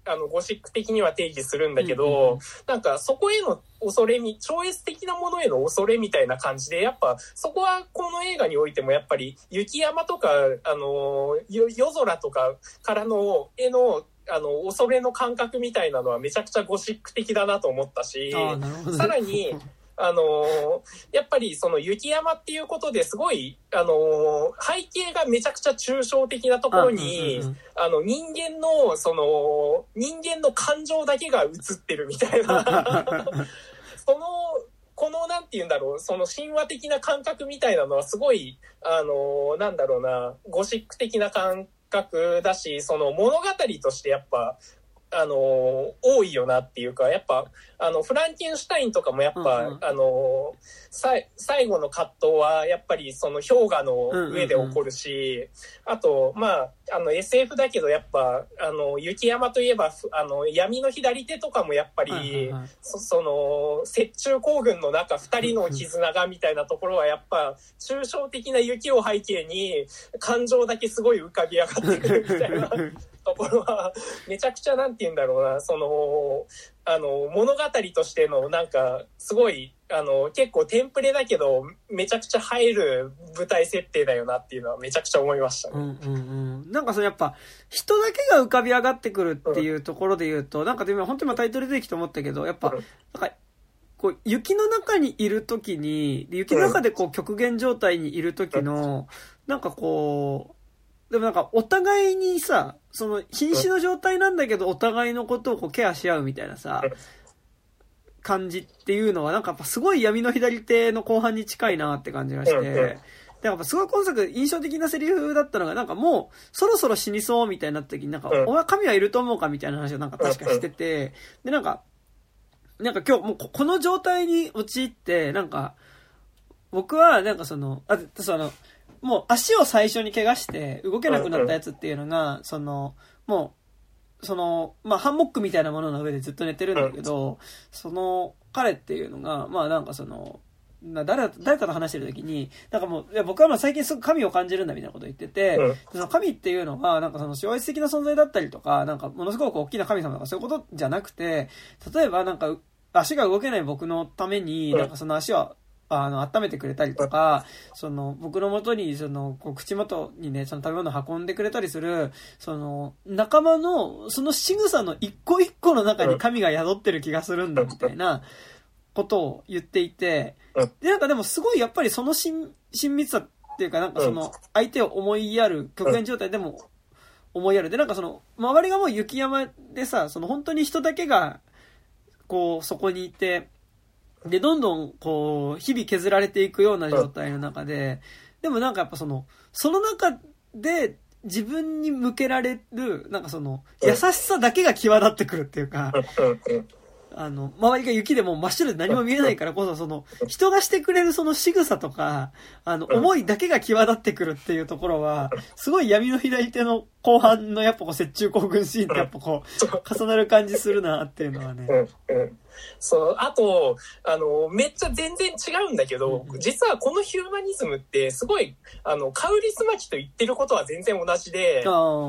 ゴシック的には定義するんだけど、なんかそこへの恐れ超越的なものへの恐れみたいな感じで、やっぱそこはこの映画においてもやっぱり雪山とか、夜空とかからの絵の恐れの感覚みたいなのはめちゃくちゃゴシック的だなと思ったし、さらに、やっぱりその雪山っていうことですごい、背景がめちゃくちゃ抽象的なところに、人間の感情だけが映ってるみたいな、このなんて言うんだろう、その神話的な感覚みたいなのはすごい、なんだろうな、ゴシック的な感覚だし、その物語としてやっぱ、多いよなっていうか、やっぱ、フランケンシュタインとかもやっぱ、最後の葛藤はやっぱりその氷河の上で起こるし、あと、まあ、SF だけどやっぱ、雪山といえば、闇の左手とかもやっぱり、その、雪中行軍の中二人の絆がみたいなところはやっぱ、抽象的な雪を背景に、感情だけすごい浮かび上がってくるみたいな。ところはめちゃくちゃなんて言うんだろうな、その物語としてのなんかすごい結構テンプレだけどめちゃくちゃ映える舞台設定だよなっていうのはめちゃくちゃ思いましたね。 なんかそのやっぱ人だけが浮かび上がってくるっていうところで言うと、なんかでも本当にタイトル出てきて思ったけど、やっぱなんかこう雪の中にいる時に、雪の中でこう極限状態にいる時のなんかこうでもなんかお互いにさ、その瀕死の状態なんだけどお互いのことをこうケアし合うみたいなさ、感じっていうのはなんかやっぱすごい闇の左手の後半に近いなって感じがして、でやっぱすごい今作印象的なセリフだったのが、なんかもうそろそろ死にそうみたいになった時になんか、お前神はいると思うかみたいな話をなんか確かしてて、でなんか今日もうこの状態に陥って、なんか僕はなんかもう足を最初に怪我して動けなくなったやつっていうのが、もう、まあ、ハンモックみたいなものの上でずっと寝てるんだけど、その彼っていうのが、まあなんか誰かと話してる時に、なんかもう、いや僕はまあ最近すぐ神を感じるんだみたいなことを言ってて、その神っていうのは、なんかその超越的な存在だったりとか、なんかものすごく大きな神様とかそういうことじゃなくて、例えばなんか足が動けない僕のために、なんかその足は、温めてくれたりとか、僕の元に、こう口元にね、その食べ物を運んでくれたりする、仲間の、その仕草の一個一個の中に神が宿ってる気がするんだ、みたいなことを言っていて、で、なんかでもすごいやっぱりその親密さっていうか、なんか相手を思いやる、極限状態でも思いやる。で、なんか周りがもう雪山でさ、本当に人だけが、こう、そこにいて、で、どんどん、こう、日々削られていくような状態の中で、でもなんかやっぱその中で自分に向けられる、なんか優しさだけが際立ってくるっていうか、周りが雪でもう真っ白で何も見えないからこそ、人がしてくれるその仕草とか、思いだけが際立ってくるっていうところは、すごい闇の左手の後半のやっぱこう雪中行軍シーンってやっぱこう、重なる感じするなっていうのはね。 そう、あと、めっちゃ全然違うんだけど、実はこのヒューマニズムってすごい、カウリスマキと言ってることは全然同じで、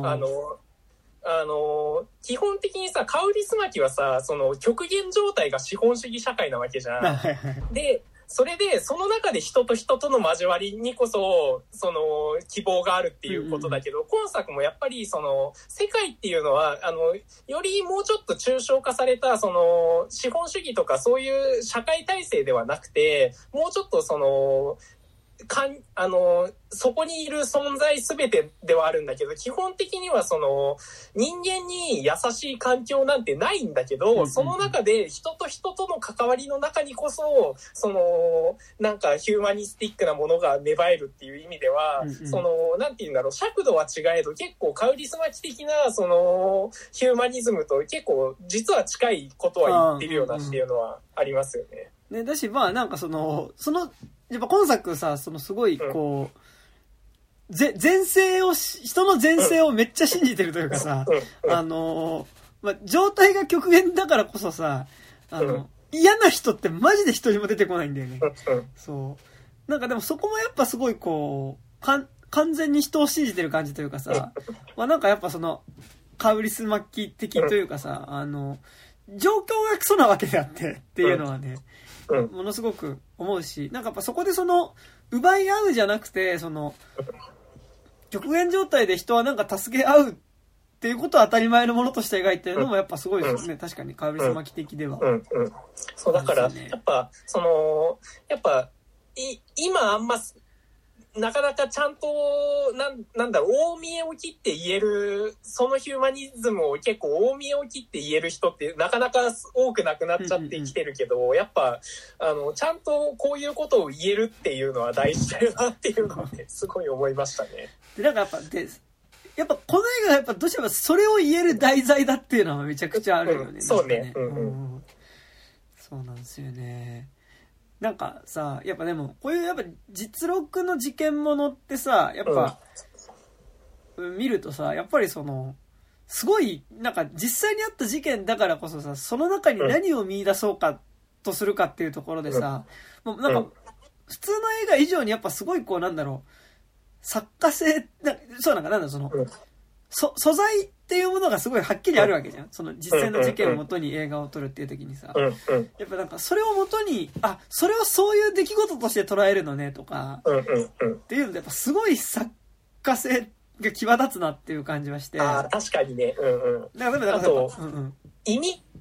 基本的にさ、カウリスマキはさ、極限状態が資本主義社会なわけじゃん。で、それで、その中で人と人との交わりにこそ、希望があるっていうことだけど、今作もやっぱり、世界っていうのは、よりもうちょっと抽象化された、資本主義とかそういう社会体制ではなくて、もうちょっとそこにいる存在すべてではあるんだけど、基本的には人間に優しい環境なんてないんだけど、その中で人と人との関わりの中にこそ、なんかヒューマニスティックなものが芽生えるっていう意味では、なんて言うんだろう、尺度は違えど、結構カウリスマキ的な、ヒューマニズムと結構実は近いことは言ってるようなっていうのはありますよね。 ね、だし、まあなんかやっぱ今作さ、すごいこう、人の前世をめっちゃ信じてるというかさ、まあ、状態が極限だからこそさ、嫌な人ってマジで一人も出てこないんだよね。そう。なんかでもそこもやっぱすごいこう、完全に人を信じてる感じというかさ、まあなんかやっぱカウリス巻き的というかさ、状況がクソなわけであってっていうのはね、ものすごく思うし、なんかやっぱそこでその、奪い合うじゃなくて、その、極限状態で人はなんか助け合うっていうことを当たり前のものとして描いてるのもやっぱすごいですね。確かにカウリス巻き的では。 そう、だから、やっぱ、その、やっぱ、今あんま、なかなかちゃんと、なんだろう、大見えを切って言える、そのヒューマニズムを結構大見えを切って言える人ってなかなか多くなくなっちゃってきてるけど、やっぱ、ちゃんとこういうことを言えるっていうのは大事だよなっていうのをね、すごい思いましたね。 で、なんかやっぱこの映画がやっぱどうしてもそれを言える題材だっていうのはめちゃくちゃあるよね。 そうね。 そうなんですよね。なんかさ、やっぱでも、こういうやっぱ実録の事件ものってさ、やっぱ、見るとさ、やっぱりその、すごい、なんか実際にあった事件だからこそさ、その中に何を見出そうかとするかっていうところでさ、もうなんか、普通の映画以上にやっぱすごいこうなんだろう、作家性、そうなんかなんだろう、その、素材っていうものがすごいはっきりあるわけじゃん。その実際の事件をもとに映画を撮るっていう時にさ。やっぱなんかそれをもとに、それをそういう出来事として捉えるのねとか、っていうのでやっぱすごい作家性が際立つなっていう感じはして。 確かにね。 だからあと、 意味ち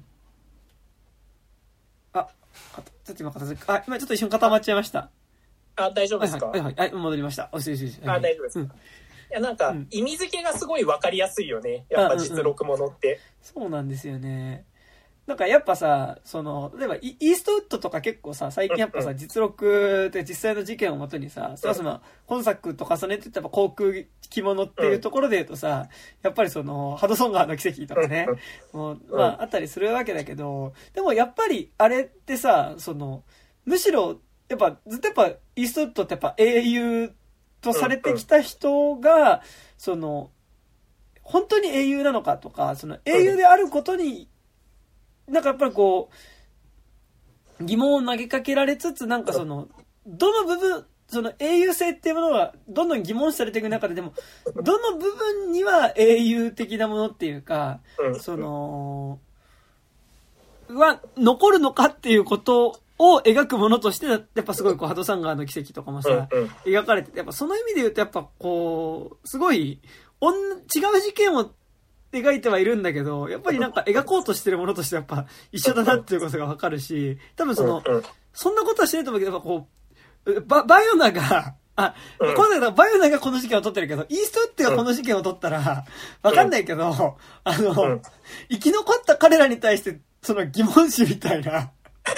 ょっと今今ちょっと一瞬固まっちゃいました。 大丈夫ですか？ はい、戻りました。大丈夫です。 大丈夫です。いやなんか意味付けがすごい分かりやすいよね。やっぱ実録ものって。 そうなんですよね。なんかやっぱさ、その例えばイーストウッドとか結構さ、最近やっぱさ、実録って実際の事件をもとにさ、本作と重ねてやっぱ航空機物っていうところで言うとさ、やっぱりそのハドソン川の奇跡とかね、もうあったりするわけだけど、でもやっぱりあれってさ、そのむしろやっぱずっとやっぱイーストウッドってやっぱ英雄とされてきた人が、その本当に英雄なのかとか、その英雄であることになんかやっぱりこう疑問を投げかけられつつ、なんかそのどの部分、その英雄性っていうものがどんどん疑問視されていく中で、でもどの部分には英雄的なものっていうか、そのは残るのかっていうことを描くものとして、やっぱすごいこうハドサン川の奇跡とかもさ、描かれてて、やっぱその意味で言うとやっぱこうすごい違う事件を描いてはいるんだけど、やっぱりなんか描こうとしてるものとしてやっぱ一緒だなっていうことがわかるし、多分そんなことはしないと思うけど、やっぱこうバイオナが今度はバイオナがこの事件を取ってるけど、イーストウッドがこの事件を取ったらわかんないけど、生き残った彼らに対してその疑問視みたいな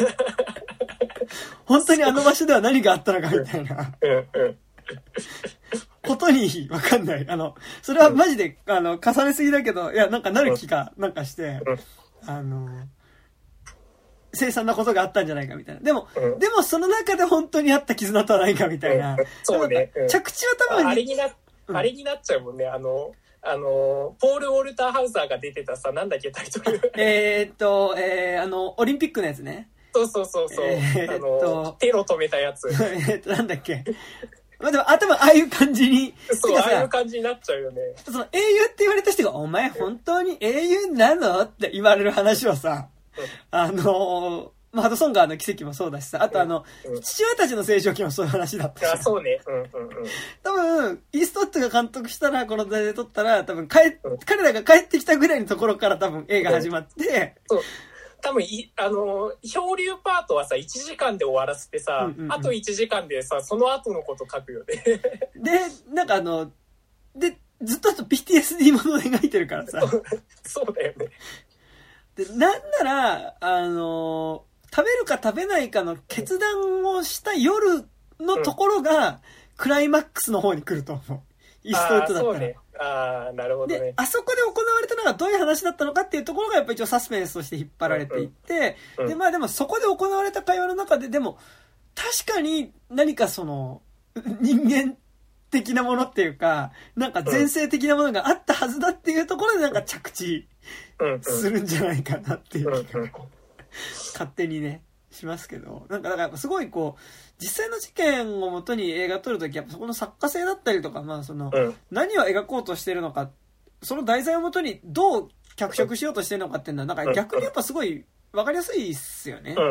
本当にあの場所では何があったのかみたいなことにわかんない。それはマジで重ねすぎだけど、いやなんかなる気がなんかして凄惨なことがあったんじゃないかみたいな。でもその中で本当にあった絆とはないかみたいな。 そうね。 着地は多分あれになっちゃうもんね。ポール・ウォルターハウザーが出てたさ、なんだっけタイトル。 オリンピックのやつね。 そう。テロ止めたやつ。 なんだっけ。まあでも、多分ああいう感じに。 そう、ああいう感じになっちゃうよね。 その英雄って言われた人が、お前本当に英雄なのって言われる話をさ、ハドソン川の奇跡もそうだしさ、あと父親たちの成長期もそういう話だったし。 そうね。 多分、イーストウッドが監督したら、この題で撮ったら、多分彼らが帰ってきたぐらいのところから多分映画始まって、 そう。多分漂流パートはさ、1時間で終わらせてさ、あと1時間でさ、その後のこと書くよね。 で、なんかずっとPTSD ものを描いてるからさ。 そうだよね。 で、なんなら、食べるか食べないかの決断をした夜のところが、クライマックスの方に来ると思う。イーストウッドだったら。そうね。 なるほどね。 で、あそこで行われたのがどういう話だったのかっていうところがやっぱり一応サスペンスとして引っ張られていって、で、まあでもそこで行われた会話の中で、でも、確かに何かその、人間的なものっていうか、なんか前世的なものがあったはずだっていうところでなんか着地するんじゃないかなっていう気が、勝手にね、しますけど、なんかだからやっぱすごいこう、実際の事件をもとに映画撮るとき、やっぱそこの作家性だったりとか、まあその、何を描こうとしてるのか、 その題材をもとにどう脚色しようとしてるのかっていうのは、なんか逆にやっぱすごいわかりやすいっすよね。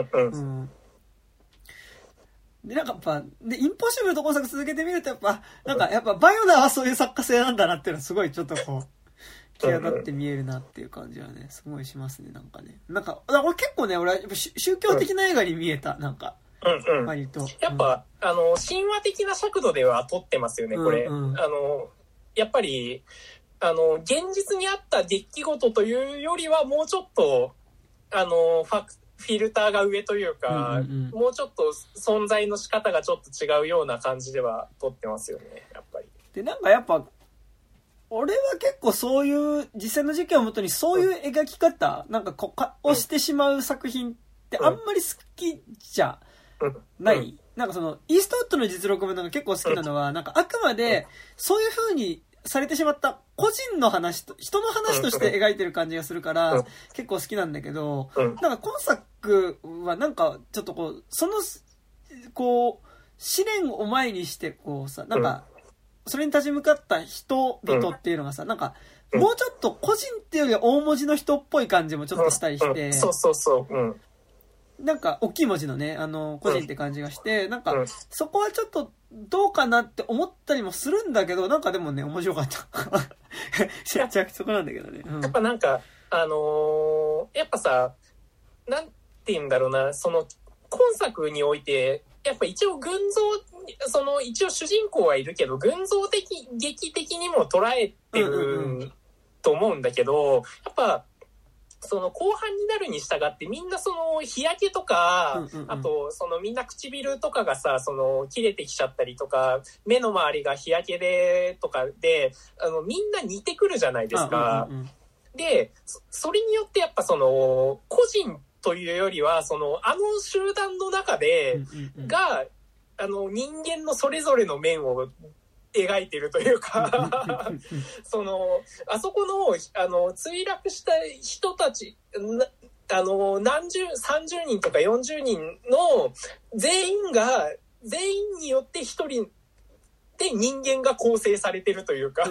で、なんかやっぱ、で、インポッシブルと今作続けてみるとやっぱバイオナはそういう作家性なんだなっていうのはすごいちょっとこう、際立って見えるなっていう感じはね、すごいしますね、なんかね。なんか、俺結構ね、俺は宗教的な映画に見えた、なんか。割と。 やっぱ、神話的な尺度では撮ってますよね、これ。やっぱり、現実にあった出来事というよりは、もうちょっと、フィルターが上というか、もうちょっと存在の仕方がちょっと違うような感じでは撮ってますよね、やっぱり。 で、なんかやっぱ、俺は結構そういう実際の事件をもとにそういう描き方なんかをしてしまう作品ってあんまり好きじゃない、なんかそのイーストウッドの実録もなんか結構好きなのはなんかあくまでそういう風にされてしまった個人の話と人の話として描いてる感じがするから結構好きなんだけど、なんか今作はなんかちょっとこうそのこう試練を前にしてこうさなんかそれに立ち向かった人々っていうのがさ、なんか、もうちょっと個人っていうよりは大文字の人っぽい感じもちょっとしたりして、なんか、大きい文字のね、個人って感じがして、なんか、そこはちょっとどうかなって思ったりもするんだけど、なんかでもね、面白かった。そこなんだけどね。 やっぱなんか、やっぱさ、なんて言うんだろうな、その、今作において、やっぱ一応一応主人公はいるけど、群像的、劇的にも捉えてると思うんだけど、やっぱ、その後半になるに従ってみんなその日焼けとか、あとそのみんな唇とかがさ、その切れてきちゃったりとか、目の周りが日焼けでとかで、みんな似てくるじゃないですか。で、それによってやっぱその、個人というよりは、その、集団の中で、が、人間のそれぞれの面を描いてるというか、その、あそこの、墜落した人たち、30人とか40人の全員によって一人で人間が構成されてるというか、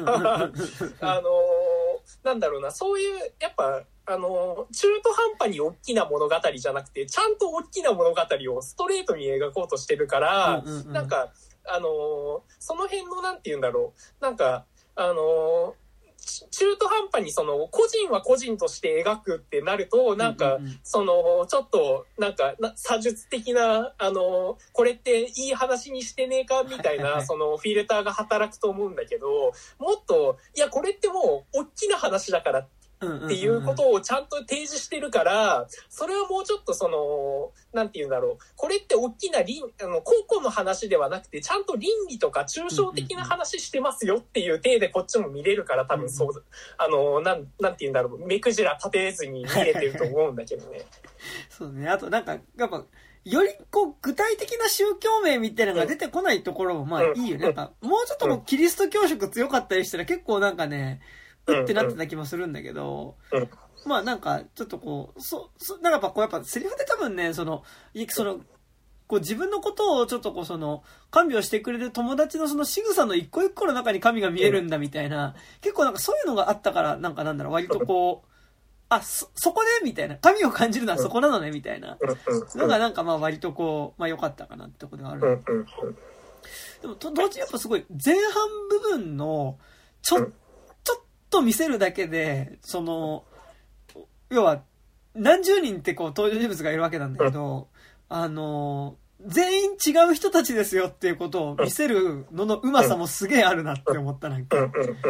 なんだろうな、そういう、やっぱ、中途半端に大きな物語じゃなくて、ちゃんと大きな物語をストレートに描こうとしてるから、なんか、その辺のなんて言うんだろう、なんか、中途半端にその、個人は個人として描くってなると、なんか、その、ちょっと、なんか、写実的な、これっていい話にしてねえかみたいな、その、フィルターが働くと思うんだけど、もっと、いや、これってもう、大きな話だからっていうことをちゃんと提示してるから、それはもうちょっとその、なんて言うんだろう。これって大きな個々の話ではなくて、ちゃんと倫理とか抽象的な話してますよっていう体でこっちも見れるから、多分そう、なんて言うんだろう。目くじら立てずに見れてると思うんだけどね。 そうね。あとなんか、やっぱ、よりこう具体的な宗教名みたいなのが出てこないところもまあいいよね。なんかもうちょっとキリスト教色強かったりしたら結構なんかね、ってなってた気もするんだけど、まあなんかちょっとこうなんかこうやっぱセリフで多分ねこう自分のことをちょっとこう看病してくれる友達のその仕草の一個一個の中に神が見えるんだみたいな、結構なんかそういうのがあったからなんかなんだろう割とこうそこねみたいな神を感じるのはそこなのねみたいなのがなんかまあ割とこうまあ良かったかなってところがある。でも同時にやっぱすごい前半部分のちょっと見せるだけで要は何十人ってこう登場人物がいるわけなんだけど、全員違う人たちですよっていうことを見せるののうまさもすげえあるなって思った。なんか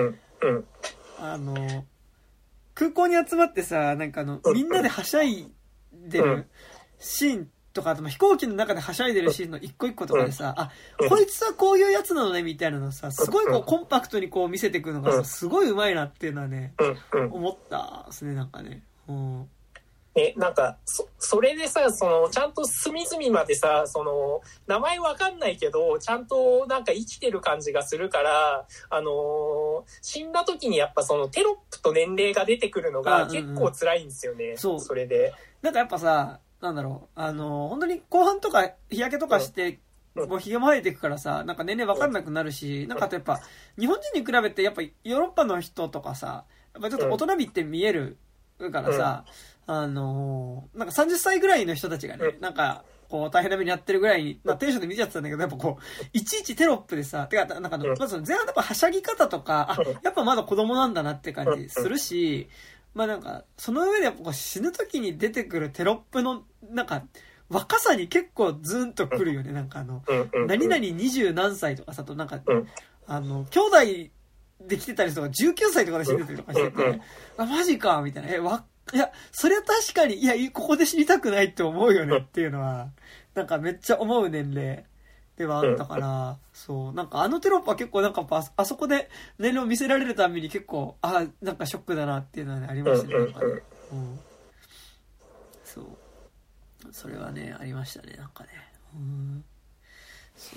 空港に集まってさ、なんかみんなではしゃいでるシーンとか、あと飛行機の中ではしゃいでるシーンの一個一個とかでさ、こいつはこういうやつなのねみたいなのさ、すごいこうコンパクトにこう見せていくのがさ、すごいうまいなっていうのはね、思ったですね、なんかね。 なんかそれでさ、ちゃんと隅々までさ、名前わかんないけどちゃんとなんか生きてる感じがするから、死んだ時にやっぱテロップと年齢が出てくるのが結構辛いんですよね。それでなんかやっぱさ、なんだろう、本当に後半とか日焼けとかしてこうひげも生えていくからさ、なんか年齢わかんなくなるし、なんかあとやっぱ日本人に比べてやっぱヨーロッパの人とかさ、 ぱちょっと大人びって見えるからさ、なんか30歳ぐらいの人たちがね、なんか、こう大変な目にやってるぐらいに、まあテンションで見ちゃってたんだけど、やっぱこう、いちいちテロップでさ、てか、なんかまずその前半やっぱはしゃぎ方とか、やっぱまだ子供なんだなって感じするし、まあなんか、その上でやっぱこう死ぬ時に出てくるテロップの、なんか、若さに結構ズーンとくるよね。なんか何々20何歳とかさと、なんか、兄弟できてたりとか19歳とかで死んでたりとかしてて、あ、マジかみたいな。いや、それは確かに、いや、ここで死にたくないって思うよねっていうのは、なんかめっちゃ思う年齢ではあったから、そう、なんかテロップは結構なんかあそこで年齢を見せられるために結構、なんかショックだなっていうのはね、ありましたね。なんかね、そう。それはね、ありましたね、なんかね。そう。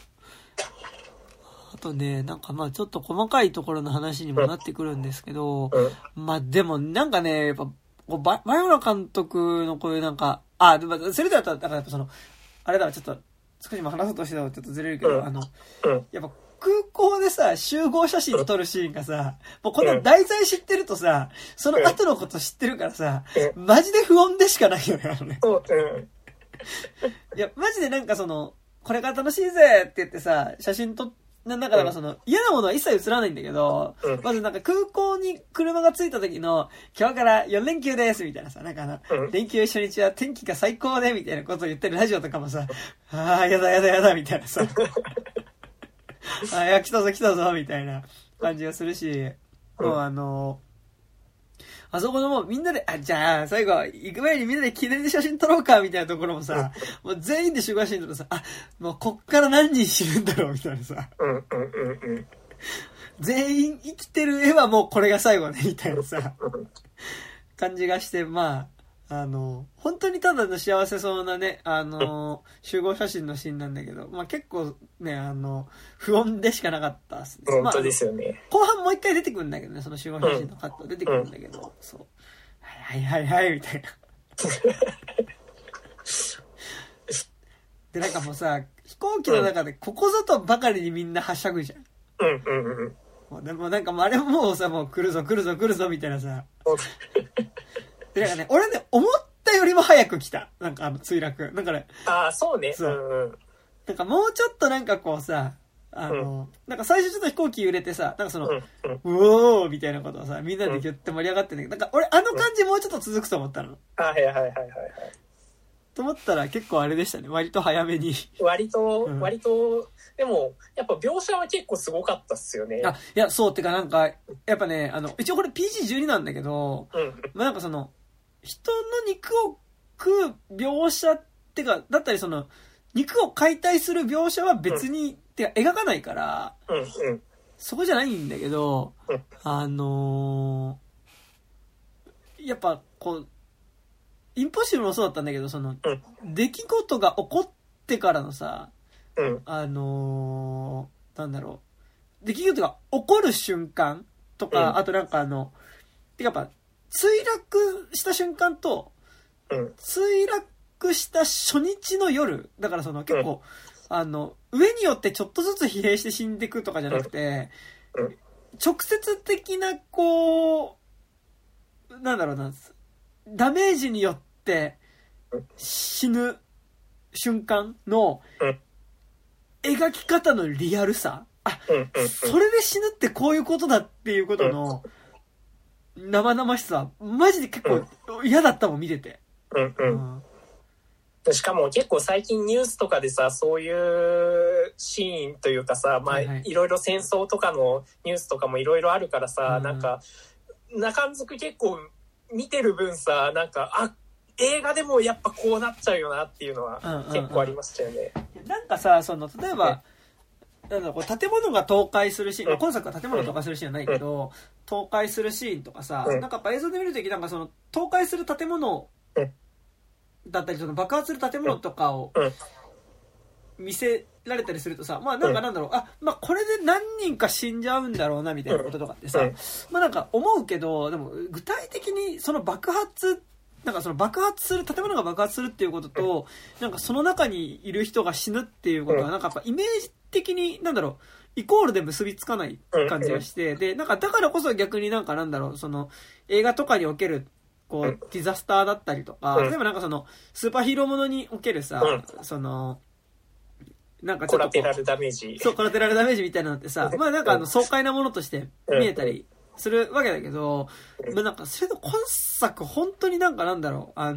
あとね、なんかまあちょっと細かいところの話にもなってくるんですけど、まあでもなんかね、やっぱ、バイオラ監督のこういうなんか、それだったら、だからやっぱあれだわ、ちょっと、少しも話そうとしてたのちょっとずれるけど、やっぱ空港でさ、集合写真撮るシーンがさ、もうこの題材知ってるとさ、その後のこと知ってるからさ、マジで不穏でしかないよね、いや、マジでなんかこれから楽しいぜって言ってさ、写真撮って、なんか嫌なものは一切映らないんだけど、まずなんか空港に車が着いた時の、今日から4連休ですみたいなさ、なんか連休初日は天気が最高でみたいなことを言ってるラジオとかもさ、やだみたいなさ、いや、来たぞみたいな感じがするし、もうあそこのもうみんなで、じゃあ最後行く前にみんなで記念で写真撮ろうかみたいなところもさ、もう全員で集合写真撮るとさ、もうこっから何人死ぬんだろうみたいなさ、全員生きてる絵はもうこれが最後ねみたいなさ、感じがして、まあ、本当にただの幸せそうなね、集合写真のシーンなんだけど、まあ結構ね、不穏でしかなかったですね。 本当ですよね。 後半もう一回出てくるんだけどね、その集合写真のカット出てくるんだけど、そう。はい、みたいな。で、なんかもうさ、飛行機の中でここぞとばかりにみんなはしゃぐじゃん。でもなんかあれもうさ、もう来るぞみたいなさ。で、なんかね、俺ね、思ったよりも早く来た。なんか墜落。なんかね。 そうね。 なんかもうちょっとなんかこうさ、なんか最初ちょっと飛行機揺れてさ、なんかうおーみたいなことをさ、みんなでギュッて盛り上がってんだけど、なんか俺感じもうちょっと続くと思ったの。 はい。 と思ったら結構あれでしたね。割と早めに。 割と、でも、やっぱ描写は結構すごかったっすよね。 いや、そう、てかなんか、やっぱね、一応これ PG12 なんだけど、まあなんか人の肉を食う描写ってか、だったり肉を解体する描写は別に、てか描かないから、そこじゃないんだけど、やっぱこう、インポッシブルもそうだったんだけど、出来事が起こってからのさ、なんだろう、出来事が起こる瞬間とか、あとなんかてかやっぱ、墜落した瞬間と、墜落した初日の夜、だから結構、上によってちょっとずつ疲弊して死んでいくとかじゃなくて、直接的なこう、なんだろうな、ダメージによって死ぬ瞬間の描き方のリアルさ、それで死ぬってこういうことだっていうことの生々しさ、マジで結構嫌だったもん、見てて。 しかも結構最近ニュースとかでさ、そういうシーンというかさ、まあ、いろいろ戦争とかのニュースとかもいろいろあるからさ、なんか中んずく結構見てる分さ、なんか映画でもやっぱこうなっちゃうよなっていうのは結構ありましたよね。 なんかさ、例えばなんだろう、建物が倒壊するシーン、今作は建物が倒壊するシーンはないけど、倒壊するシーンとかさ、なんかやっぱ映像で見るときなんか倒壊する建物だったり爆発する建物とかを見せられたりするとさ、まあなんかなんだろう、まあこれで何人か死んじゃうんだろうなみたいなこととかってさ、まあなんか思うけど、でも具体的に爆発、なんか爆発する、建物が爆発するっていうことと、なんかその中にいる人が死ぬっていうことは、なんかやっぱイメージ的に、なんだろう、 イコールで結びつかない感じがして、で、なんかだからこそ逆になんかなんだろう、その映画とかにおけるこうディザスターだったりとか、例えばなんかそのスーパーヒーローものにおけるさ、そのなんかちょっとコラテラルダメージ。 そう、コラテラルダメージみたいなのってさ、まあなんか爽快なものとして見えたりするわけだけど、まあなんかそれの今作本当になんかなんだろう、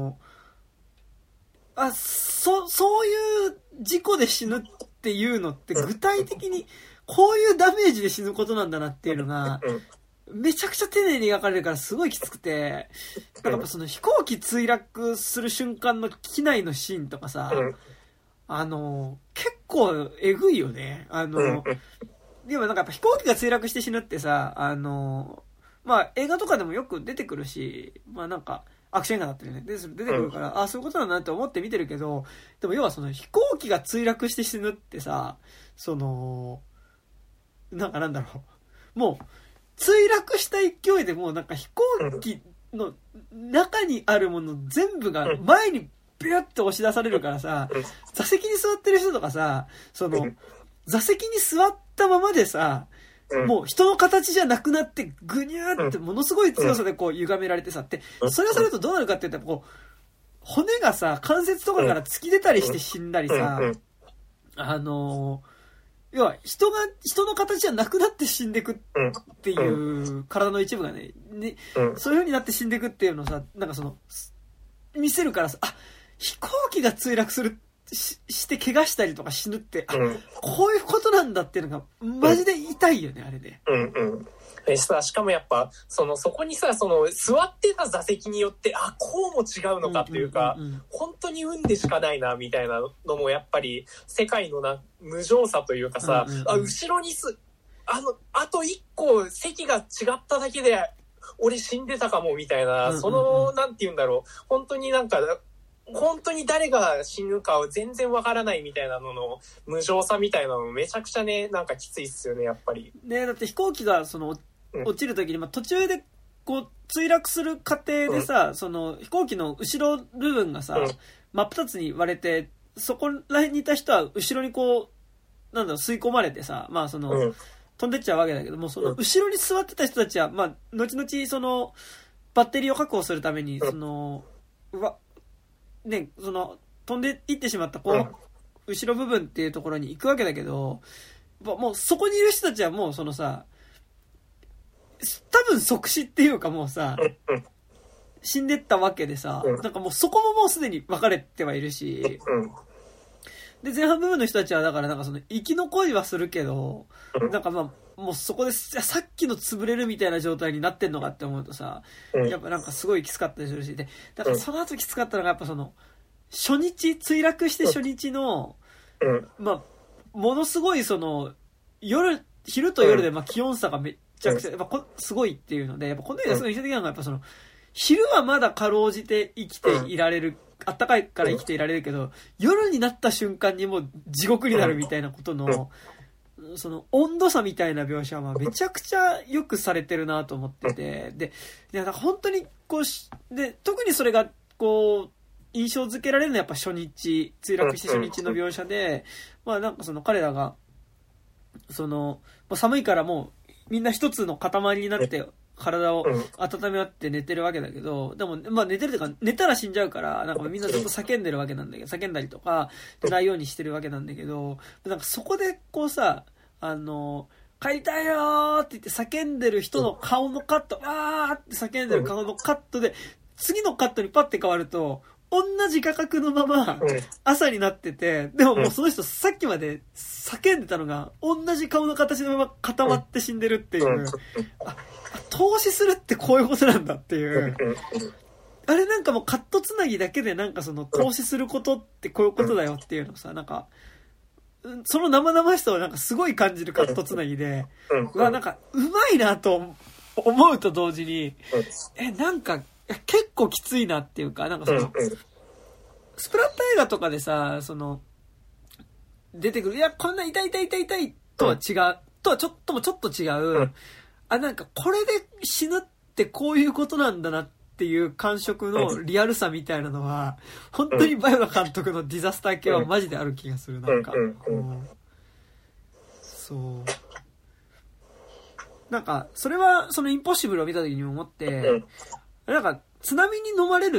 そういう事故で死ぬっていうのって具体的にこういうダメージで死ぬことなんだなっていうのが、めちゃくちゃ丁寧に描かれるからすごいきつくて、なんかその飛行機墜落する瞬間の機内のシーンとかさ、結構えぐいよね。でもなんかやっぱ飛行機が墜落して死ぬってさ、まあ映画とかでもよく出てくるし、まあなんかアクション映画だったりね、出てくるから、あ、そういうことなんだなって思って見てるけど、でも要はその飛行機が墜落して死ぬってさ、その、なんかなんだろう、もう、墜落した勢いでもうなんか飛行機の中にあるもの全部が前にビュッと押し出されるからさ、座席に座ってる人とかさ、その、座席に座ったままでさ、もう人の形じゃなくなってぐにゃーってものすごい強さでこう歪められてさって、それをされるとどうなるかって言ったらこう、骨がさ、関節とかから突き出たりして死んだりさ、要は人の形じゃなくなって死んでくっていう体の一部がね、そういう風になって死んでくっていうのをさ、なんかその、見せるからさ、あ、飛行機が墜落するして怪我したりとか死ぬって、あ、こういうことなんだっていうのがマジで痛いよね、あれね。 しかもやっぱそこにさ、その座ってた座席によってこうも違うのかっていうか、本当に運でしかないなみたいなのもやっぱり世界の無常さというかさ、後ろにあと一個席が違っただけで俺死んでたかもみたいな、そのなんて言うんだろう、本当になんか本当に誰が死ぬかは全然わからないみたいなのの無常さみたいなのめちゃくちゃね、なんかきついっすよね、やっぱり。 ね、だって飛行機がその落ちる時に、まあ、途中でこう墜落する過程でさ、その飛行機の後ろ部分がさ、真っ二つに割れて、そこら辺にいた人は後ろにこうなんだろう、吸い込まれてさ、まあその、飛んでっちゃうわけだけども、その後ろに座ってた人たちは、まあ後々そのバッテリーを確保するためにそのね、その飛んでいってしまったこう後ろ部分っていうところに行くわけだけど、もうそこにいる人たちはもうそのさ、多分即死っていうかもうさ、死んでったわけでさ、なんかもうそこももうすでに分かれてはいるし、で前半部分の人たちはだからなんかその生き残りはするけど、なんかまあもうそこでさっきの潰れるみたいな状態になってんのかって思うとさ、やっぱなんかすごいきつかったりするし、でだからその後きつかったのがやっぱその初日、墜落して初日の、まあものすごいその昼と夜でまあ気温差がめちゃくちゃやっぱすごいっていうので、やっぱこの映画すごい印象的なのがやっぱその昼はまだかろうじて生きていられる、暖かいから生きていられるけど、夜になった瞬間にもう地獄になるみたいなことのその温度差みたいな描写はめちゃくちゃよくされてるなと思ってて、でなんか本当にこうで特にそれがこう印象付けられるのはやっぱ初日、墜落して初日の描写で、まあなんかその彼らがその寒いからもうみんな一つの塊になって体を温め合って寝てるわけだけど、でもまあ寝てるというか寝たら死んじゃうからなんかみんなずっと叫んでるわけなんだけど、叫んだりとかないようにしてるわけなんだけど、なんかそこでこうさ、帰りたいよーって言って叫んでる人の顔のカット、わーって叫んでる顔のカットで次のカットにパッて変わると同じ画角のまま朝になってて、でももうその人さっきまで叫んでたのが同じ顔の形のまま固まって死んでるっていう、投資するってこういうことなんだっていう、あれなんかもうカットつなぎだけでなんかその投資することってこういうことだよっていうのさ、なんかその生々しさをなんかすごい感じるカットつなぎで、なんかうまいなと思うと同時に、なんか結構きついなっていうか、なんかそのスプラッタ映画とかでさ、その出てくる、いやこんな痛いとは違うとはちょっと違う、なんかこれで死ぬってこういうことなんだなっていう感触のリアルさみたいなのは本当にバイオナ監督のディザスター系はマジである気がする。なんか、 そう。なんか、それは、そのインポッシブルを見た時に思って、なんか、津波に飲まれるって、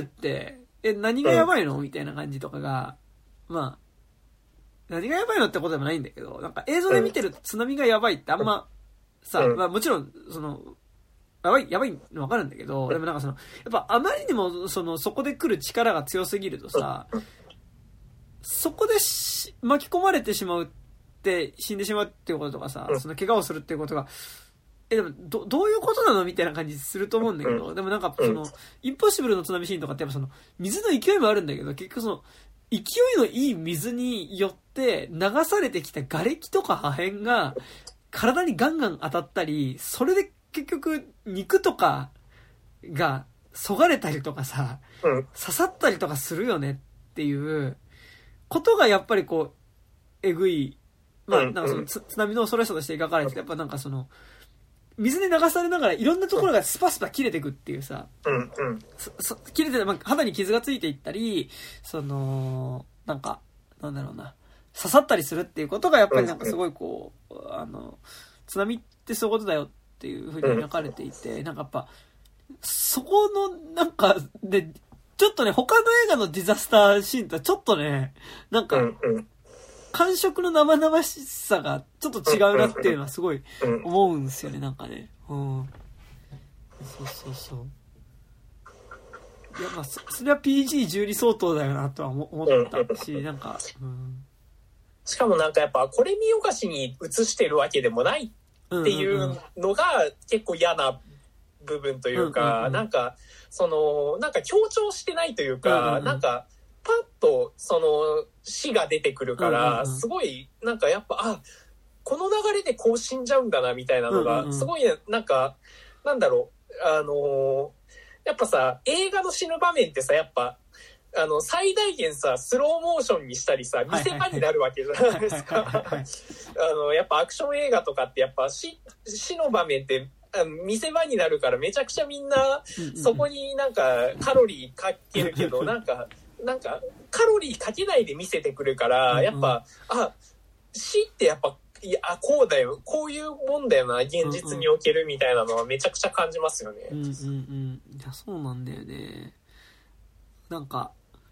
何がやばいのみたいな感じとかが、まあ、何がやばいのってことでもないんだけど、なんか映像で見てると津波がやばいってあんま、さ、まあもちろん、その、やばいのわかるんだけど、でもなんかその、やっぱあまりにもそこで来る力が強すぎるとさ、そこで巻き込まれてしまうって死んでしまうっていうこととかさ、その怪我をするっていうことが、でもどういうことなのみたいな感じすると思うんだけど、でもなんかその、インポッシブルの津波シーンとかってやっぱその、水の勢いもあるんだけど、結局その、勢いのいい水によって流されてきた瓦礫とか破片が体にガンガン当たったり、それで結局肉とかがそがれたりとかさ、刺さったりとかするよねっていうことがやっぱりこう、えぐい、まあなんかその津波の恐ろしさとして描かれてて、やっぱなんかその、水に流されながらいろんなところがスパスパ切れてくっていうさ、切れて、まあ、肌に傷がついていったり、その、なんか、なんだろうな、刺さったりするっていうことがやっぱりなんかすごいこう、津波ってそういうことだよっていう風に描かれていて、なんかやっぱ、そこのなんか、で、ちょっとね、他の映画のディザスターシーンとはちょっとね、なんか、感触の生々しさがちょっと違うなっていうのはすごい思うんですよね、なんかね。うん。そう。いや、まあ、それは PG12 相当だよなとは思ったし、なんか、 しかもなんかやっぱこれ見よがしに映してるわけでもないっていうのが結構嫌な部分というか、なんか、その、なんか強調してないというか、なんか、パッとその死が出てくるから、すごいなんかやっぱこの流れでこう死んじゃうんだなみたいなのがすごいなんかなんだろうやっぱさ映画の死ぬ場面ってさやっぱ最大限さスローモーションにしたりさ見せ場になるわけじゃないですか。やっぱアクション映画とかってやっぱ死の場面って見せ場になるからめちゃくちゃみんなそこになんかカロリーかけるけどなんかカロリーかけないで見せてくるから、やっぱ、死ってやっぱ、こうだよ、こういうもんだよな、現実におけるみたいなのはめちゃくちゃ感じますよね。 いや、そうなんだよね。なんか、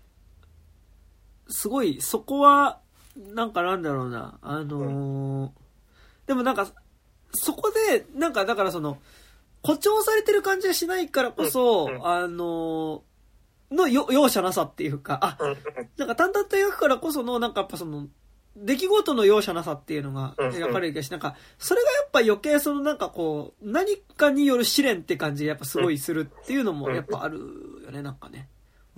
すごい、そこは、なんかなんだろうな、でもなんか、そこで、なんかだからその、誇張されてる感じがしないからこそ、の容赦なさっていうか、なんか淡々と描くからこその、なんかやっぱその、出来事の容赦なさっていうのが描かれる気がし、なんか、それがやっぱ余計そのなんかこう、何かによる試練って感じがやっぱすごいするっていうのもやっぱあるよね、なんかね。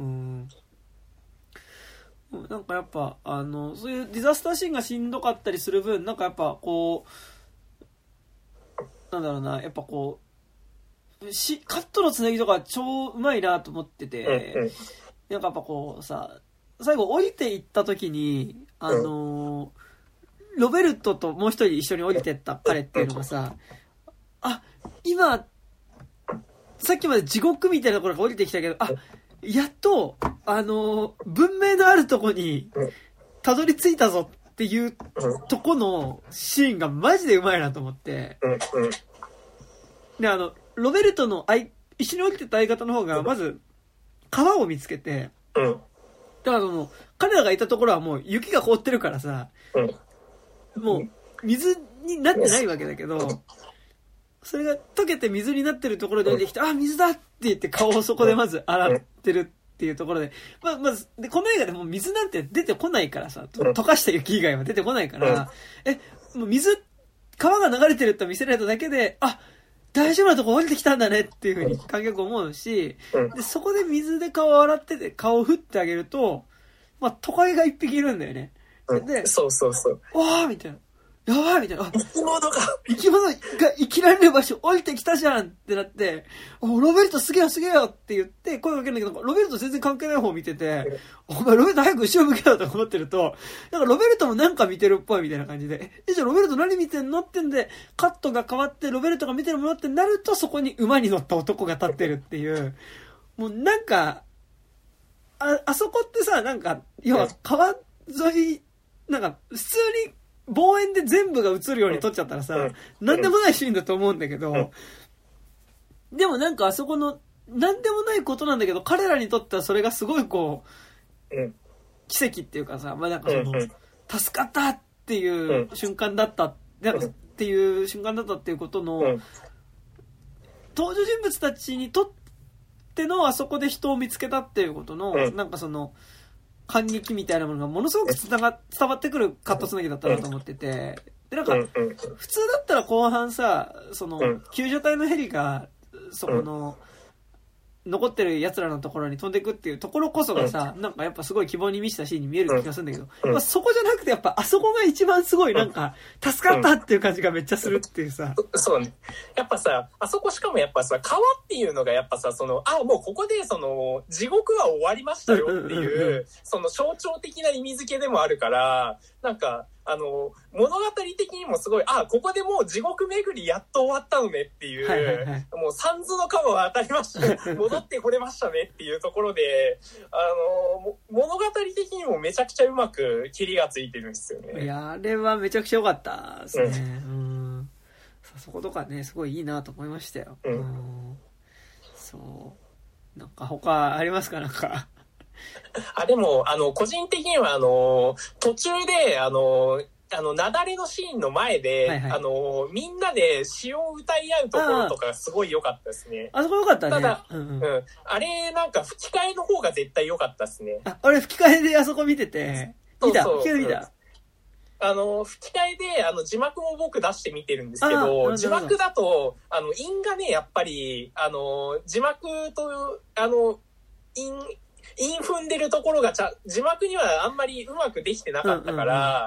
なんかやっぱ、そういうディザスターシーンがしんどかったりする分、なんかやっぱこう、なんだろうな、やっぱこう、カットのつなぎとか超うまいなと思ってて、なんかやっぱこうさ、最後降りていった時に、ロベルトともう一人一緒に降りてった彼っていうのがさ、今、さっきまで地獄みたいなところが降りてきたけど、やっと、文明のあるとこにたどり着いたぞっていうとこのシーンがマジでうまいなと思って、で、ロベルトの一緒に降りてた相方の方が、まず、川を見つけて、だから彼らがいたところはもう雪が凍ってるからさ、もう水になってないわけだけど、それが溶けて水になってるところで出てきて、水だって言って顔をそこでまず洗ってるっていうところで、まず、で、この映画でもう水なんて出てこないからさ、溶かした雪以外は出てこないから、もう川が流れてるって見せられただけで、大丈夫なとこ降りてきたんだねっていう風に観客思うし、でそこで水で顔を洗ってて顔を振ってあげると、トカゲが一匹いるんだよね。で、 そう。 わーみたいな。やばいみたいな。 生き物が生きられる場所降りてきたじゃんってなって、ロベルトすげえよって言って声かけるんだけど、ロベルト全然関係ない方見てて、お前ロベルト早く後ろ向けよと思ってると、なんかロベルトもなんか見てるっぽいみたいな感じで、じゃあロベルト何見てんのってんで、カットが変わってロベルトが見てるものってなると、そこに馬に乗った男が立ってるっていう、もうなんか、あそこってさ、なんか、要は川沿い、なんか普通に望遠で全部が映るように撮っちゃったらさ、なんでもないシーンだと思うんだけど、でもなんかあそこの、なんでもないことなんだけど、彼らにとってはそれがすごいこう、奇跡っていうかさ、まあなんかその、助かったっていう瞬間だったっていう瞬間だったっていうことの、登場人物たちにとってのあそこで人を見つけたっていうことの、なんかその、感激みたいなものがものすごく伝わってくるカットつなぎだったなと思ってて、でなんか、普通だったら後半さ、その、救助隊のヘリが、そこの、残ってる奴らのところに飛んでいくっていうところこそがさ、なんかやっぱすごい希望に満ちたシーンに見える気がするんだけど、やっぱそこじゃなくてやっぱあそこが一番すごいなんか、助かったっていう感じがめっちゃするっていうさ。 そうね。やっぱさ、あそこしかもやっぱさ、川っていうのがやっぱさ、その、もうここでその、地獄は終わりましたよっていう、その象徴的な意味付けでもあるから、なんか、物語的にもすごい、ここでもう地獄巡りやっと終わったのねっていう、もう三途の川は当たりました、戻ってこれましたねっていうところで、物語的にもめちゃくちゃうまく切りがついてるんですよね。 いや、あれはめちゃくちゃ良かったですね。そことかね、すごいいいなと思いましたよ。そう。なんか他ありますかなんか。 でも、個人的には、途中で、雪崩のシーンの前で、みんなで詩を歌い合うところとかすごい良かったですね。 あそこ良かったね。 ただ、あれなんか吹き替えの方が絶対良かったですね。 俺吹き替えであそこ見てて、見た吹き替え見た、 吹き替えで、字幕も僕出して見てるんですけど、字幕だと、韻がね、やっぱり、字幕と、韻踏んでるところが字幕にはあんまりうまくできてなかったから、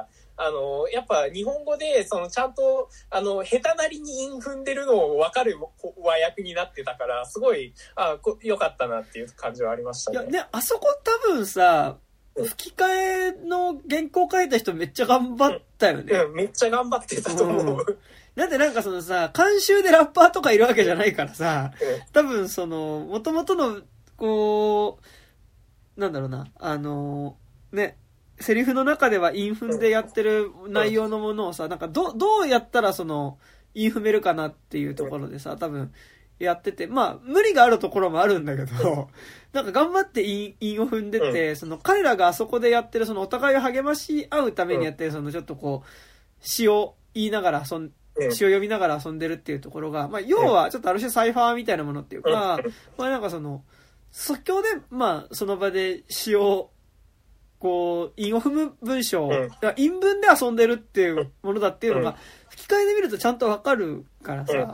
やっぱ日本語でそのちゃんと下手なりに韻踏んでるのを分かる和訳になってたからすごい良かったなっていう感じはありましたね。 いやね、あそこ多分さ吹き替えの原稿書いた人めっちゃ頑張ったよね。 めっちゃ頑張ってたと思う。 だってなんかそのさ監修でラッパーとかいるわけじゃないからさ、多分その元々のこうなんだろうな、ね、セリフの中では韻踏んでやってる内容のものをさ、なんかどうやったらその、韻踏めるかなっていうところでさ、多分、やってて、まあ、無理があるところもあるんだけど、なんか頑張って韻を踏んでて、その彼らがあそこでやってる、そのお互いを励まし合うためにやってる、そのちょっとこう、詩を言いながら詩を読みながら遊んでるっていうところが、まあ、要はちょっとある種サイファーみたいなものっていうか、まあなんかその、即興で、まあ、その場で詩を、こう、韻を踏む文章、韻文で遊んでるっていうものだっていうのが、吹き替えで見るとちゃんとわかるからさ、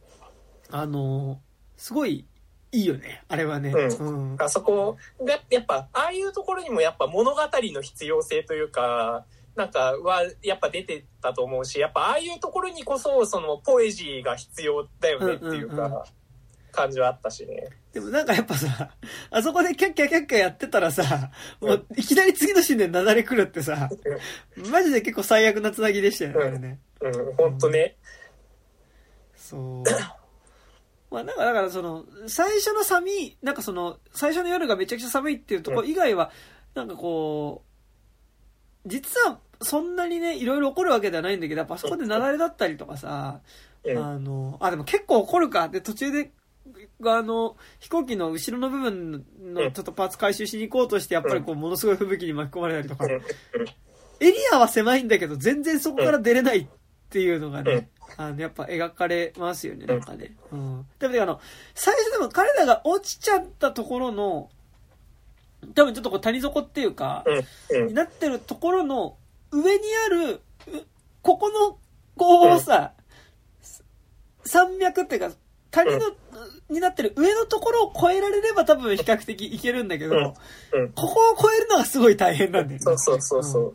すごいいいよね、あれはね。 あそこ、やっぱ、ああいうところにもやっぱ物語の必要性というか、なんかはやっぱ出てたと思うし、やっぱああいうところにこそ、そのポエジーが必要だよねっていうか、感じはあったしね。 でもなんかやっぱさ、あそこでキャッキャキャッキャやってたらさ、もういきなり次のシーンでなだれ来るってさ、マジで結構最悪なつなぎでしたよね、あれね。 ほんとね。 そう。まあなんかだからその、最初の寒い、なんかその、最初の夜がめちゃくちゃ寒いっていうところ以外は、なんかこう、実はそんなにね、いろいろ起こるわけではないんだけど、やっぱあそこでなだれだったりとかさ、でも結構起こるか。で、途中で、飛行機の後ろの部分のちょっとパーツ回収しに行こうとしてやっぱりこうものすごい吹雪に巻き込まれたりとか、エリアは狭いんだけど全然そこから出れないっていうのがね、やっぱ描かれますよね、なんかね。でも最初でも彼らが落ちちゃったところの多分ちょっとこう谷底っていうかになってるところの上にあるここのこうさ山脈っていうか谷のになってる上のところを越えられれば多分比較的いけるんだけど、ここを越えるのがすごい大変なんだよね。そう。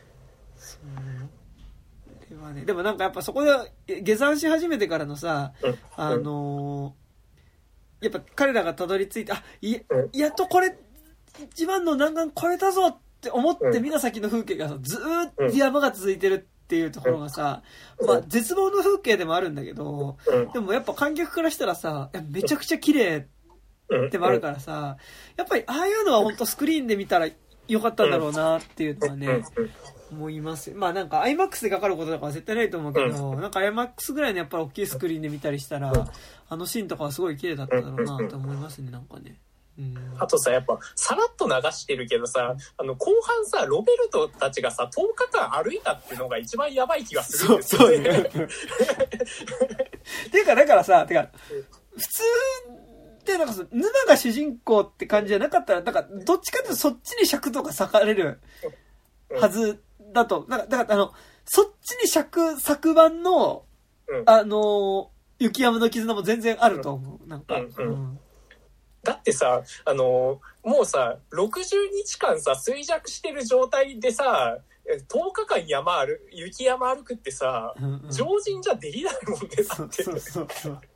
でもなんかやっぱそこで下山し始めてからのさ、やっぱ彼らがたどり着いて、やっとこれ一番の南岸越えたぞって思って見た先の風景がさ、ずーっと山が続いてるっていうところがさ、まあ絶望の風景でもあるんだけど、でもやっぱ観客からしたらさ、めちゃくちゃ綺麗でもあるからさ、やっぱりああいうのは本当スクリーンで見たらよかったんだろうなっていうのはね、 思います。まあなんか IMAX でかかることとかは絶対ないと思うけど、なんか IMAX ぐらいのやっぱり大きいスクリーンで見たりしたら、あのシーンとかはすごい綺麗だっただろうなと思いますね、なんかね。 あとさ、やっぱさらっと流してるけどさ、後半さロベルトたちがさ10日間歩いたっていうのが一番やばい気がするんですよね。そうっていうかだからさ、普通でなんか沼が主人公って感じじゃなかったら、だからどっちかというとそっちに尺とか割かれるはずだと、だからそっちに昨晩の雪山の絆も全然あると思う。なんか。 だってさ、もうさ、60日間さ、衰弱してる状態でさ、10日間雪山歩くってさ、常人じゃできないもんね、だって。そう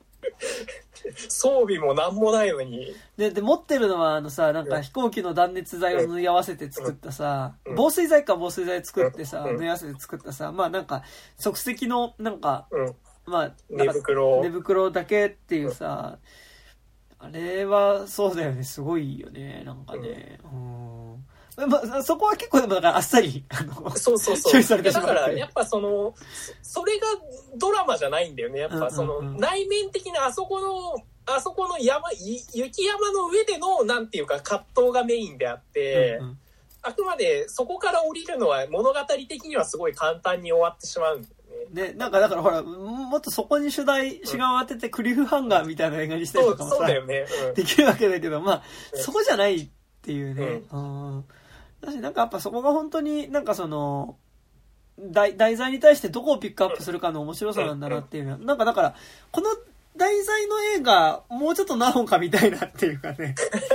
装備もなんもないのに。 で、持ってるのはなんか飛行機の断熱材を縫い合わせて作ったさ、防水材作ってさ、縫い合わせて作ったさ、まあなんか、即席の、なんか、まあ、寝袋だけっていうさ、あれはそうだよね、すごいよね、なんかね。まあ、そこは結構でもだからあっさりそう注意されてしまって。 だからやっぱそれがドラマじゃないんだよね。やっぱ内面的なあそこの雪山の上でのなんていうか葛藤がメインであって、あくまでそこから降りるのは物語的にはすごい簡単に終わってしまうんだよね。 なんかだからほらもっとそこに主眼を当ててクリフハンガーみたいな映画にしたりとかもさ、 そうだよね、 できるわけだけど、まあそこじゃないっていうね。私なんかやっぱそこが本当になんか題材に対してどこをピックアップするかの面白さなんだなっていうのは、なんかだからこの題材の映画もうちょっと何本か見たいなっていうかね。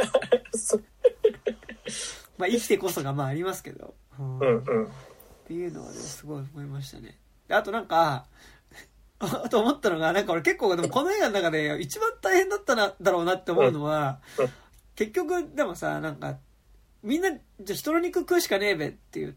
まあ生きてこそがまあありますけど、っていうのはねすごい思いましたね。あとなんかあと思ったのが、なんか俺結構でもこの映画の中で一番大変だっただろうなって思うのは、結局でもさ、なんかみんなじゃあ人の肉食うしかねえべって言って、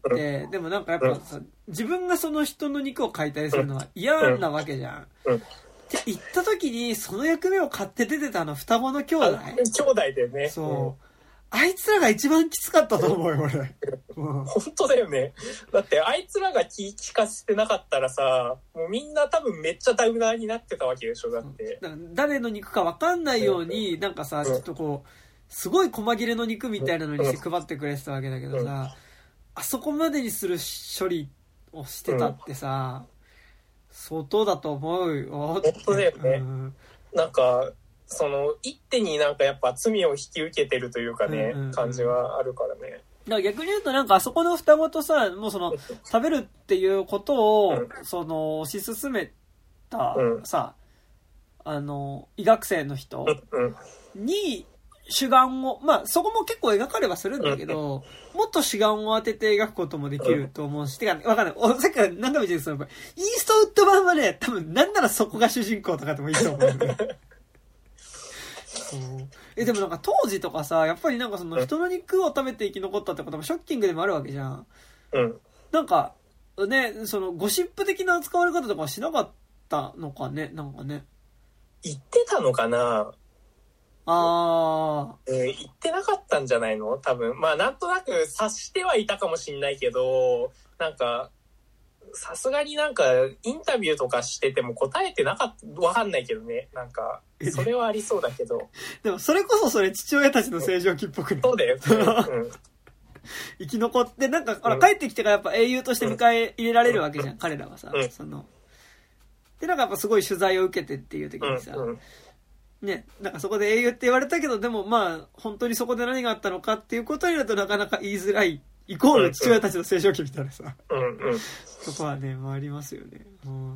でもなんかやっぱさ、自分がその人の肉を解体するのは嫌なわけじゃん。って言った時にその役目を買って出てた双子の兄弟。 兄弟だよね。 そう。あいつらが一番きつかったと思うよ俺。 本当だよね。だってあいつらが気化してなかったらさ、もうみんな多分めっちゃダウナーになってたわけでしょ。だって誰の肉か分かんないようになんかさ、ちょっとこうすごい細切れの肉みたいなのにして配ってくれてたわけだけどさ、あそこまでにする処理をしてたってさ、相当だと思うよ。 本当だよね。なんか一手になんかやっぱ罪を引き受けてるというかね、感じはあるからね。 だから逆に言うとなんかあそこの双子とさ、もう食べるっていうことを推し進めたさ、医学生の人に主眼を、まあそこも結構描かれはするんだけど、もっと主眼を当てて描くこともできると思うし、てかわかんない。さっきから何回も言ってるけど、イーストウッド版はね、多分なんならそこが主人公とかでもいいと思うんだよね。でもなんか当時とかさ、やっぱりなんか人の肉を食べて生き残ったってこともショッキングでもあるわけじゃん。なんかね、ゴシップ的な扱われ方とかはしなかったのかね、なんかね。 言ってたのかな。言ってなかったんじゃないの多分。まあなんとなく察してはいたかもしんないけど、なんかさすがになんかインタビューとかしてても答えてなかった、わかんないけどね、なんかそれはありそうだけど。 でもそれこそそれ父親たちの正常期っぽくね。 そうだよ。 生き残ってなんか帰ってきてからやっぱ英雄として迎え入れられるわけじゃん、彼らはさ。でなんかやっぱすごい取材を受けてっていう時にさ。ね、なんかそこで英雄って言われたけど、でもまあ本当にそこで何があったのかっていうことになるとなかなか言いづらいイコール父親たちの成長期みたいなさ、とかはね、ありますよね。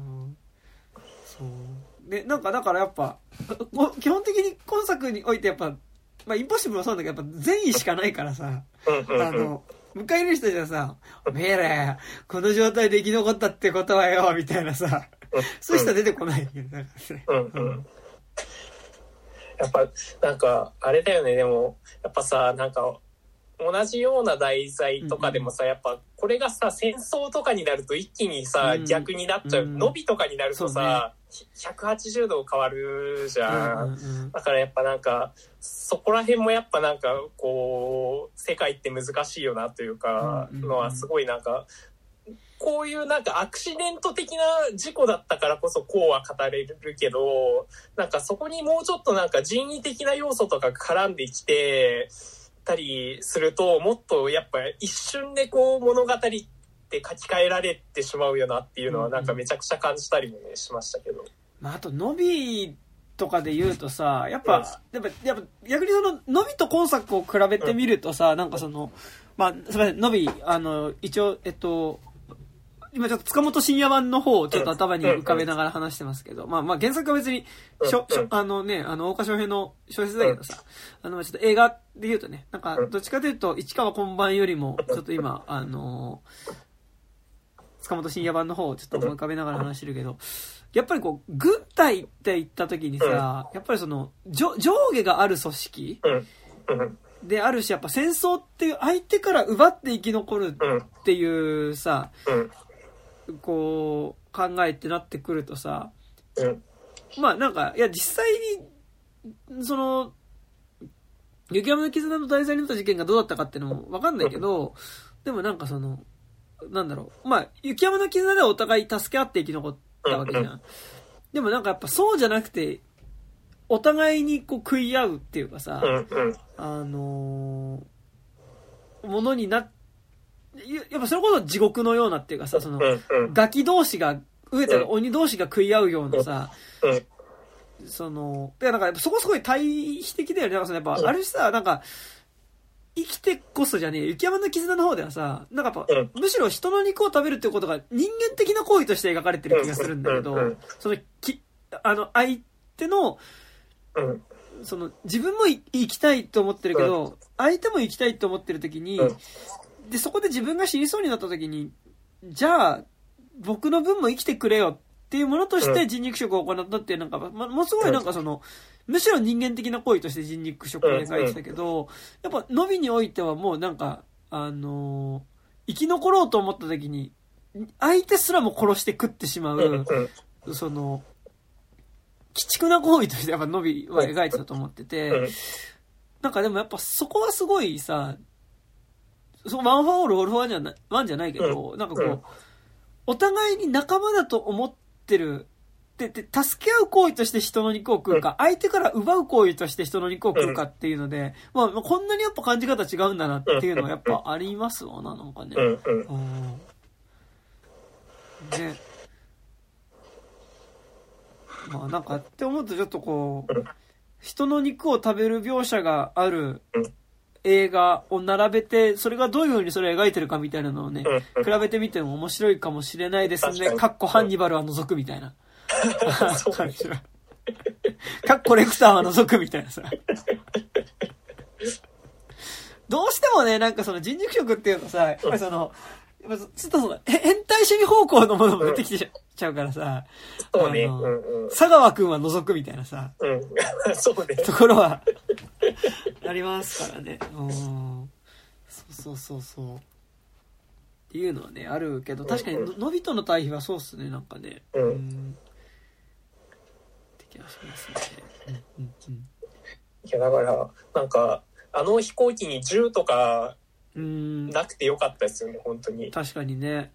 そうでなんかだからやっぱ基本的に今作においてやっぱ、まあインポッシブルもそうなんだけどやっぱ善意しかないからさ、迎え入れる人たちはさ、おめえらこの状態で生き残ったってことはよみたいなさ、そういう人は出てこないけどね。 やっぱなんかあれだよね。でもやっぱさ、なんか同じような題材とかでもさ、やっぱこれがさ戦争とかになると一気にさ、逆になっちゃう。伸びとかになるとさ、180度変わるじゃん。だからやっぱなんかそこら辺もやっぱなんかこう世界って難しいよなというかのはすごいなんかこういうなんかアクシデント的な事故だったからこそこうは語れるけど、なんかそこにもうちょっとなんか人為的な要素とか絡んできてたりすると、もっとやっぱ一瞬でこう物語って書き換えられてしまうよなっていうのはなんかめちゃくちゃ感じたりもねしましたけど。 まあ、あとノビとかで言うとさ、やっぱ逆にそのノビと今作を比べてみるとさ、なんかその、まあ、すみません、ノビ、一応、今ちょっと塚本慎也版の方をちょっと頭に浮かべながら話してますけど、まあ原作は別に、大岡翔平の小説だけどさ、ちょっと映画で言うとね、なんか、どっちかというと、市川今晩よりも、ちょっと今、塚本慎也版の方をちょっと思い浮かべながら話してるけど、やっぱりこう、軍隊って言った時にさ、やっぱりその、上下がある組織であるし、やっぱ戦争っていう相手から奪って生き残るっていうさ、こう、考えってなってくるとさ、まあなんか、いや実際に、その、雪山の絆の題材になった事件がどうだったかっていうのもわかんないけど、でもなんかその、なんだろう、まあ、雪山の絆ではお互い助け合って生き残ったわけじゃん。でもなんかやっぱそうじゃなくて、お互いにこう食い合うっていうかさ、ものになっ、やっぱそれこそ地獄のようなっていうかさ、その、ガキ同士が、飢えた鬼同士が食い合うようなさ、その、いやなんかやっぱそこすごい対比的だよね。なんかそのやっぱ、あるしさ、なんか、生きてこそじゃねえ、雪山の絆の方ではさ、なんかやっぱ、むしろ人の肉を食べるっていうことが人間的な行為として描かれてる気がするんだけど、その、相手の、その、自分も生きたいと思ってるけど、相手も生きたいと思ってる時に、で、そこで自分が死にそうになった時に、じゃあ、僕の分も生きてくれよっていうものとして人肉食を行ったっていう、なんか、ものすごいなんかその、むしろ人間的な行為として人肉食を描いてたけど、やっぱ、ノビにおいてはもうなんか、生き残ろうと思った時に、相手すらも殺して食ってしまう、その、鬼畜な行為としてやっぱノビは描いてたと思ってて、なんかでもやっぱそこはすごいさ、ワンフォーオール、オールフォーワンじゃないけど、なんかこう、お互いに仲間だと思ってる、で、助け合う行為として人の肉を食うか、相手から奪う行為として人の肉を食うかっていうので、まあ、こんなにやっぱ感じ方違うんだなっていうのはやっぱありますわな、なんかね。ね。まあなんかって思うとちょっとこう、人の肉を食べる描写がある映画を並べて、それがどういう風にそれを描いてるかみたいなのをね、比べてみても面白いかもしれないですね。かっこハンニバルは除くみたいな。かっこレクターは除くみたいなさ。どうしてもね、なんかその人肉食っていうとさ、やっぱりその、ちょっとその、変態主義方向のものも出てきちゃうからさ、 そうね。 佐川くんは除くみたいなさ、 そうね。 ところは、ありますからね。そう。っていうのはね、あるけど、確かに、のびとの対比はそうっすね、なんかね。って気がしますね。 いや、だから、なんか、あの飛行機に銃とか、なくてよかったですよね、本当に。 確かにね。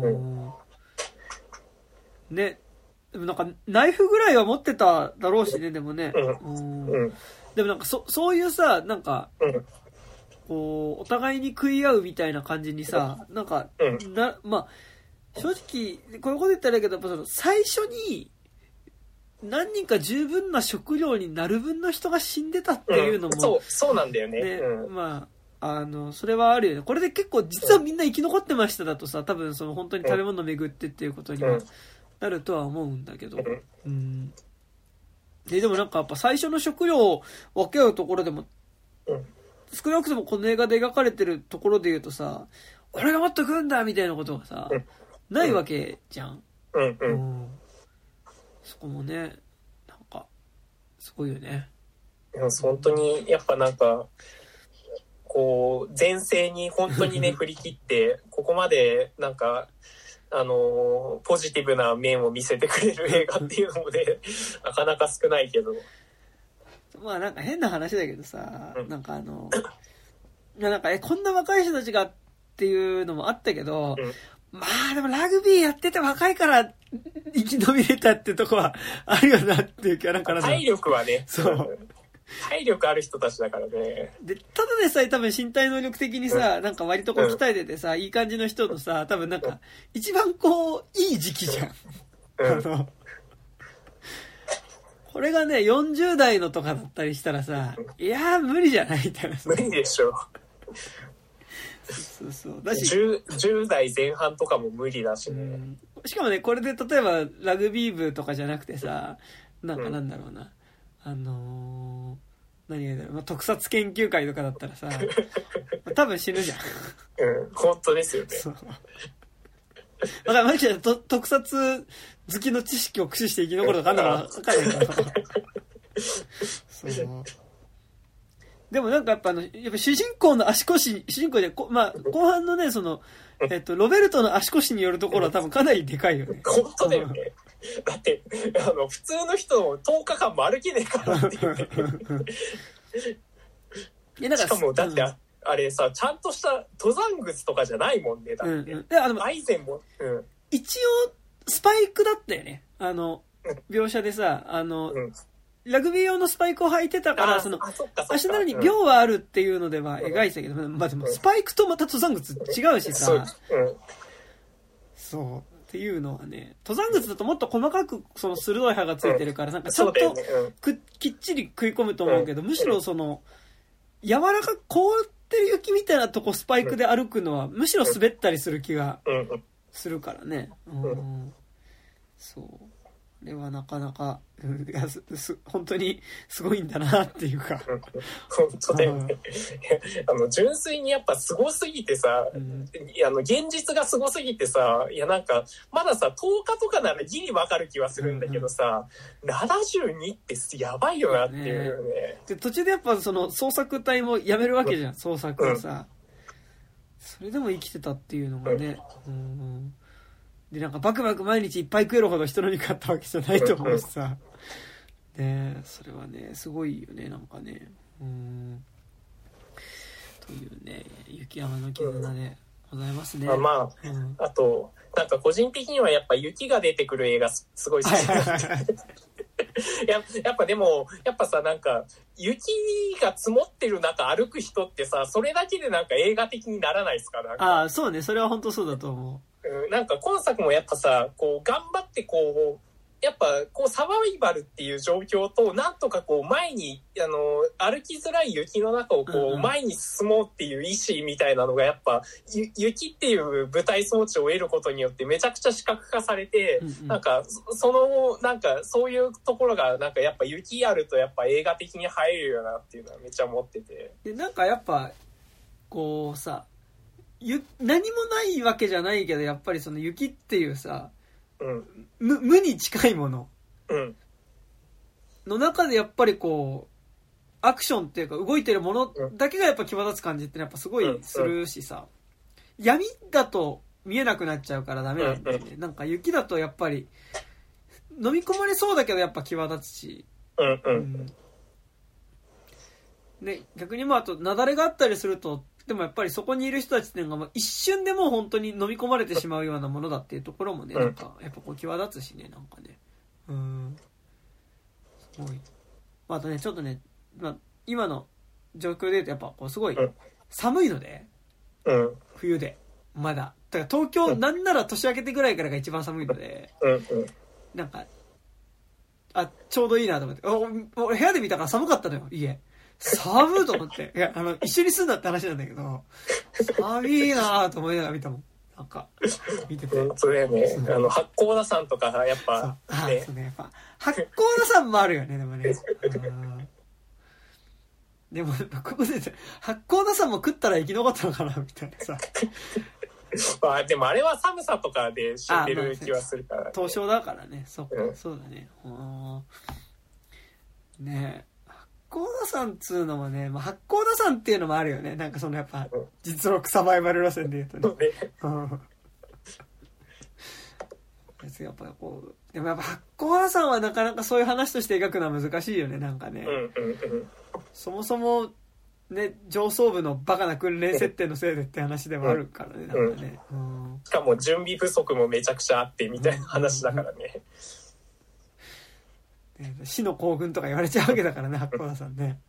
ね。でもなんか、ナイフぐらいは持ってただろうしね、でもね。でもなんかそういうさ、なんか、こう、お互いに食い合うみたいな感じにさ、なんか、まあ、正直、こういうこと言ったらいいけど、やっぱその、最初に、何人か十分な食料になる分の人が死んでたっていうのも、 そうなんだよね。 まあ、それはあるよね。これで結構、実はみんな生き残ってましただとさ、多分その本当に食べ物を巡ってっていうことにはなるとは思うんだけど、でもなんかやっぱ最初の食料を分け合うところでも、少なくともこの映画で描かれてるところで言うとさ、俺がもっと食うんだみたいなことがさ、ないわけじゃん。そこもね、なんか、すごいよね。 本当に、やっぱなんか、こう、前世に本当にね、振り切って、ここまでなんか、ポジティブな面を見せてくれる映画っていうのもね、なかなか少ないけど。 まあなんか変な話だけどさ、なんかなんかこんな若い人たちがっていうのもあったけど、 まあでもラグビーやってて若いから生き延びれたってとこはあるよなっていう気はなんか体力はね。 そう。 体力ある人たちだからね。 で、ただでさえ多分身体能力的にさ、なんか割とこう鍛えててさ、いい感じの人のさ、多分なんか、一番こう、いい時期じゃん。これがね、40代のとかだったりしたらさ、いやー無理じゃないみたいな。 無理でしょ。 そうそう。だし、 10代前半とかも無理だしね。 しかもね、これで例えばラグビー部とかじゃなくてさ、なんかなんだろうな。何がだろう、まあ、特撮研究会とかだったらさ、多分死ぬじゃん。 本当ですよね。 そう。だからマジで特撮好きの知識を駆使して生き残るとかあんなの分かんないから。そう。でもなんかやっぱ主人公の足腰、主人公で、まあ、後半のね、ロベルトの足腰によるところは多分かなりでかいよね。 本当だよね。だって、普通の人も10日間も歩けねえからっていうね。しかも、だって、あれさ、ちゃんとした登山靴とかじゃないもんね、だって。アイゼンも、 一応、スパイクだったよね。描写でさ、ラグビー用のスパイクを履いてたから、足なりに秒はあるっていうのでは描いてたけど、まあでもスパイクとまた登山靴違うしさ、そう、っていうのはね、登山靴だともっと細かくその鋭い刃がついてるから、なんかちゃんときっちり食い込むと思うけど、むしろその、柔らかく凍ってる雪みたいなとこスパイクで歩くのは、むしろ滑ったりする気がするからね。そう。これはなかなか、本当にすごいんだなっていうか。 本当だよね。純粋にやっぱすごすぎてさ、現実がすごすぎてさ、いやなんか、まださ、10日とかならギリわかる気はするんだけどさ、72ってやばいよなっていうね。 で、途中でやっぱその捜索隊もやめるわけじゃん、捜索をさ。それでも生きてたっていうのがね。で、なんかバクバク毎日いっぱい食えるほど人の肉あったわけじゃないと思うしさ。ね、それはね、すごいよね、なんかね。というね、雪山の絆でございますね。 まあ、あと、なんか個人的にはやっぱ雪が出てくる映画すごい好きやっぱでも、やっぱさ、なんか、雪が積もってる中歩く人ってさ、それだけでなんか映画的にならないですか？なんかああ、そうね、それは本当そうだと思う。 なんか今作もやっぱさ、こう頑張ってこうやっぱこうサバイバルっていう状況と、なんとかこう前に歩きづらい雪の中をこう前に進もうっていう意志みたいなのがやっぱ雪っていう舞台装置を得ることによってめちゃくちゃ視覚化されて、なんかなんかそういうところがなんかやっぱ雪あるとやっぱ映画的に入るよなっていうのはめっちゃ思ってて、 でなんかやっぱこうさ、何もないわけじゃないけど、やっぱりその雪っていうさ、無に近いものの中でやっぱりこうアクションっていうか動いてるものだけがやっぱ際立つ感じってやっぱすごいするしさ、闇だと見えなくなっちゃうからダメなんだよね。なんか雪だとやっぱり飲み込まれそうだけどやっぱ際立つし、ね、逆にあと雪崩があったりすると、でもやっぱりそこにいる人たちっていうのが一瞬でもう本当に飲み込まれてしまうようなものだっていうところもね、なんかやっぱこう際立つしね、なんかね、すごい。あとね、ちょっとね、今の状況で言うとやっぱこうすごい寒いので、冬でまだだから東京なんなら年明けてぐらいからが一番寒いので、なんかちょうどいいなと思って、俺部屋で見たから寒かったのよ、家。寒いと思って。いや、一緒に住んだって話なんだけど、寒いなと思いながら見たもん。なんか、見てて。 それね、八甲田山とか、やっぱ、 ね。そうね、やっぱ、八甲田山もあるよね、でもね。でも、ここで、八甲田山も食ったら生き残ったのかな、みたいなさ。 でもあれは寒さとかで死んでる気はするから、ね。 凍傷だからね。そうだね。ねえ。八甲田山っつうのもね、八甲田山っていうのもあるよね。なんかそのやっぱ、実力サバイバル路線で言うとね。やっぱこう、でもやっぱ八甲田山はなかなかそういう話として描くのは難しいよね、なんかね。そもそも、 ね、上層部のバカな訓練設定のせいでって話でもあるからね、なんかね。 しかも準備不足もめちゃくちゃあってみたいな話だからね。 死の行軍とか言われちゃうわけだからね、八甲田さんね。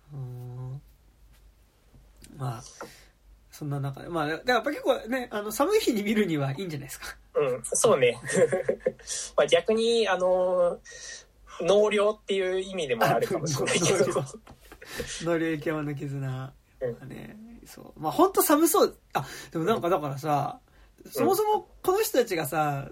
まあ、そんな中で。まあ、だからやっぱ結構ね、寒い日に見るにはいいんじゃないですか。 そうね。まあ逆に、納涼っていう意味でもあるかもしれないけど。 納涼池山の絆。ね、そう。まあ本当寒そう。でもなんかだからさ、そもそもこの人たちがさ、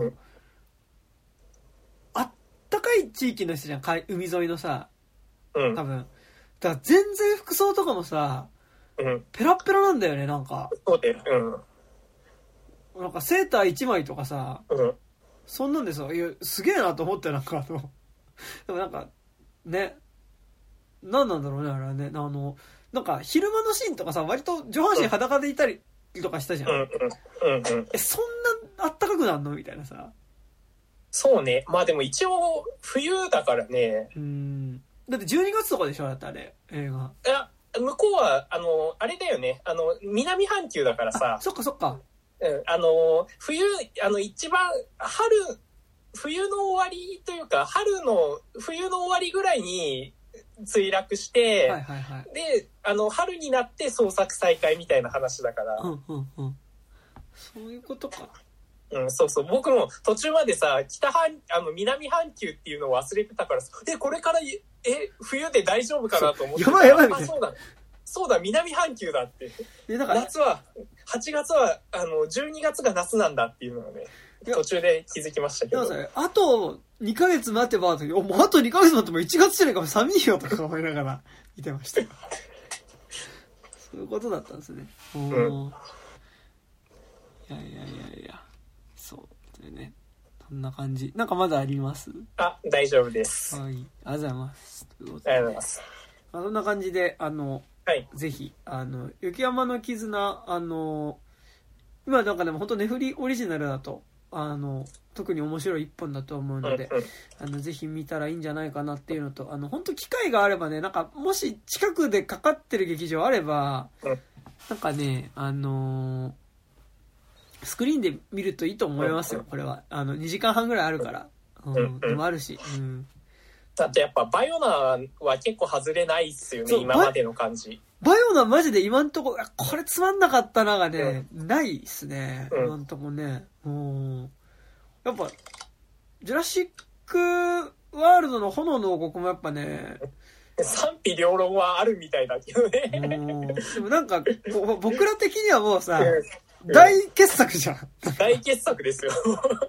あったかい地域の人じゃん、海沿いのさ、多分。だから全然服装とかもさ、ペラッペラなんだよね、なんか。 そうだよ。 なんかセーター1枚とかさ、そんなんでさ、いや、すげえなと思ってなんかでもなんか、ね、なんなんだろうね、あれはね。なんか昼間のシーンとかさ、割と上半身裸でいたりとかしたじゃん。そんなあったかくなんのみたいなさ。 そうね。まあでも一応冬だからね。 だって12月とかでしょ、だってあれ、映画。 いや、向こうは、あれだよね。南半球だからさ。 そっかそっか。 冬、一番、冬の終わりというか、冬の終わりぐらいに墜落して、で、春になって捜索再開みたいな話だから。 そういうことか。 そうそう。僕も途中までさ、南半球っていうのを忘れてたからさ、これから、冬で大丈夫かなと思って。 やばいやばいみたいな。 そうだ、南半球だって。夏は、8月は、12月が夏なんだっていうのをね、途中で気づきましたけど。 あと2ヶ月待てば、もうあと2ヶ月待っても1月じゃないかも寒いよとか思いながら見てました。そういうことだったんですね。いや。そうね。そんな感じ。なんかまだあります？ 大丈夫です。 はい。ありがとうございます。 ありがとうございます。 そんな感じで、 はい、 ぜひ、雪山の絆、今なんかでも本当ネフリオリジナルだと、特に面白い一本だと思うので、ぜひ見たらいいんじゃないかなっていうのと、本当機会があればね、なんか、もし近くでかかってる劇場あれば、なんかね、スクリーンで見るといいと思いますよ、これは。2時間半ぐらいあるから。でもあるし。 だってやっぱバイオナは結構外れないっすよね、今までの感じ。 バイオナマジで今んとこ、これつまんなかったながね、ないっすね、今んとこね。やっぱ、ジュラシックワールドの炎の王国もやっぱね、 賛否両論はあるみたいだけどね。 でもなんか、僕ら的にはもうさ、大傑作じゃん。 大傑作ですよ。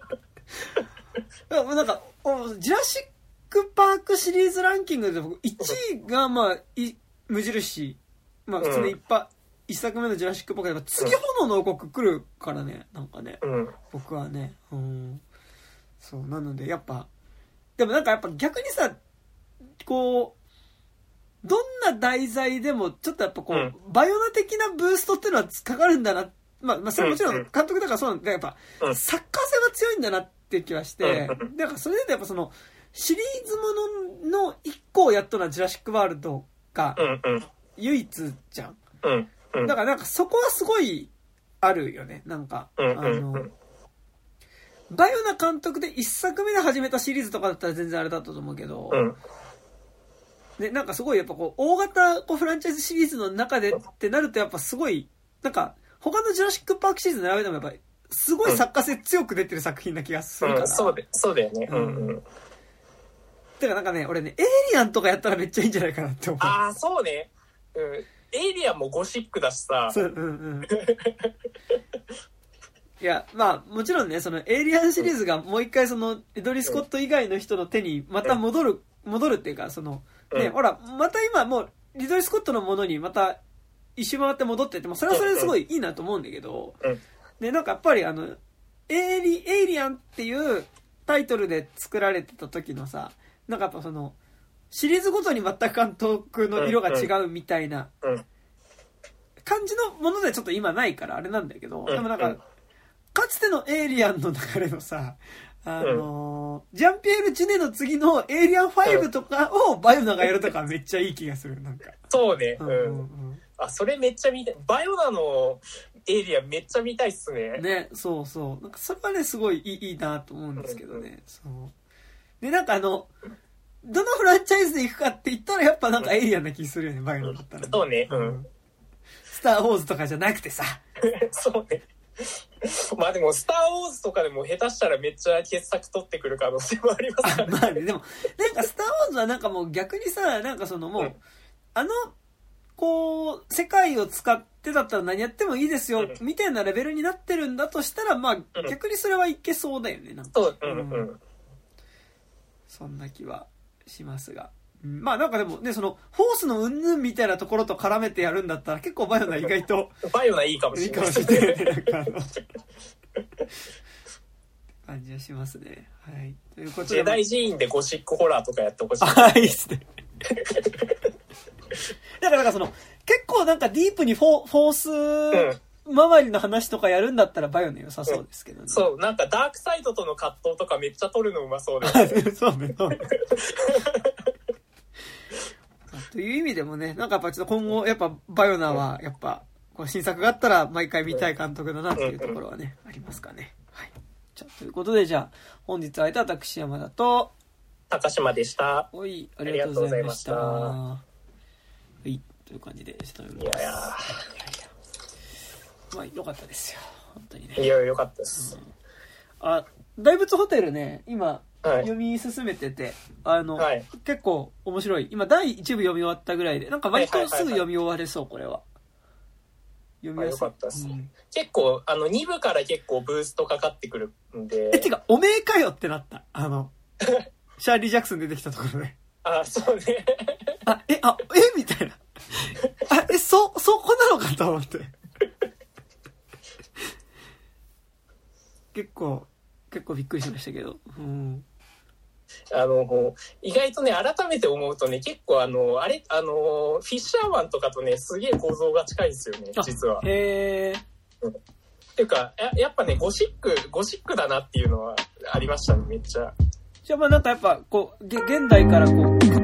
なんか、ジュラシックパークシリーズランキングで僕1位がまあ無印、まあ普通に一作目のジュラシックパークだから次炎の王国来るからね、なんかね、僕はね、そうなのでやっぱ、でもなんかやっぱ逆にさ、こうどんな題材でもちょっとやっぱこう、バイオナ的なブーストっていうのはかかるんだな、まあそれもちろん監督だからそうなんだけど、やっぱサッカー性は強いんだなって気はして、だからそれでやっぱそのシリーズものの1個をやっとなジュラシックワールドが唯一じゃん。だからなんかそこはすごいあるよね。なんかバイオナ監督で1作目で始めたシリーズとかだったら全然あれだったと思うけど、でなんかすごいやっぱこう大型フランチャイズシリーズの中でってなるとやっぱすごいなんか他のジュラシックパークシリーズ並べてもやっぱりすごい作家性強く出てる作品な気がするから。 そうだよね。 だからなんかね、俺ね、エイリアンとかやったらめっちゃいいんじゃないかなって思う。 そうね。エイリアンもゴシックだしさ。 いや、まあ、もちろんね、そのエイリアンシリーズがもう一回その、エドリー・スコット以外の人の手にまた戻るっていうか、その、ね、ほら、また今もう、リドリー・スコットのものにまた一周回って戻ってっても、それはそれですごいいいなと思うんだけど、で、なんかやっぱりエイリアンっていうタイトルで作られてた時のさ、なんかやっぱそのシリーズごとに全く監督の色が違うみたいな感じのものでちょっと今ないからあれなんだけど、でもなんかかつてのエイリアンの流れのさ、 ジャンピエール・ジュネの次のエイリアン5とかをバイオナがやるとかめっちゃいい気がする、なんか。 そうね。あ、それめっちゃ見たい。バイオナのエイリアンめっちゃ見たいっすね。 ね、そうそう。なんかそれはね、すごいいいなと思うんですけどね。そう。で、なんかどのフランチャイズで行くかって言ったらやっぱなんかエイリアンな気するよね、バイオナだったら、ね。 そうね。 スター・ウォーズとかじゃなくてさ。 そうね。まあでも、スター・ウォーズとかでも下手したらめっちゃ傑作取ってくる可能性もありますからね。 まあね、でも、なんかスター・ウォーズはなんかもう逆にさ、なんかそのもう、こう、世界を使ってだったら何やってもいいですよ、みたいなレベルになってるんだとしたら、まあ、逆にそれはいけそうだよね、なんか。そう、そんな気はしますが。まあなんかでもね、その、フォースの云々みたいなところと絡めてやるんだったら結構バイオナ意外と。 バイオナいいかもしれない。いいかもしれないね、なんか感じはしますね。はい。ということで。ジェダイ寺院でゴシックホラーとかやってほしい。 あ、いいっすね。だからなんかその、結構なんかディープにフォース周りの話とかやるんだったらバイオナ良さそうですけどね。 そう、なんかダークサイドとの葛藤とかめっちゃ撮るのうまそうだよね。 そうね、そうね。という意味でもね、なんかやっぱちょっと今後、やっぱバイオナは、やっぱ、こう新作があったら毎回見たい監督だなっていうところはね、ありますかね。はい。じゃあ、ということで、じゃあ、本日会えた私山田と、 高島でした。 おい、ありがとうございました。はい、という感じで、ちょっといやまあ、良かったですよ。本当にね。 いや、良かったです。 大仏ホテルね、今、 はい、 読み進めてて、 はい、 結構面白い。今、第1部読み終わったぐらいで、なんか割とすぐ読み終われそう、これは。読みやすい。 よかったです、結構、2部から結構ブーストかかってくるんで。 てか、おめえかよってなった。シャーリー・ジャクソン出てきたところで。 あ、そうね。 みたいな。そこなのかと思って。結構びっくりしましたけど。 意外とね、改めて思うとね、結構フィッシャーマンとかとね、すげえ構造が近いんですよね、実は。 へー。 っていうか、やっぱね、ゴシックだなっていうのはありましたね、めっちゃ。 じゃあまあなんかやっぱ、こう、現代からこう、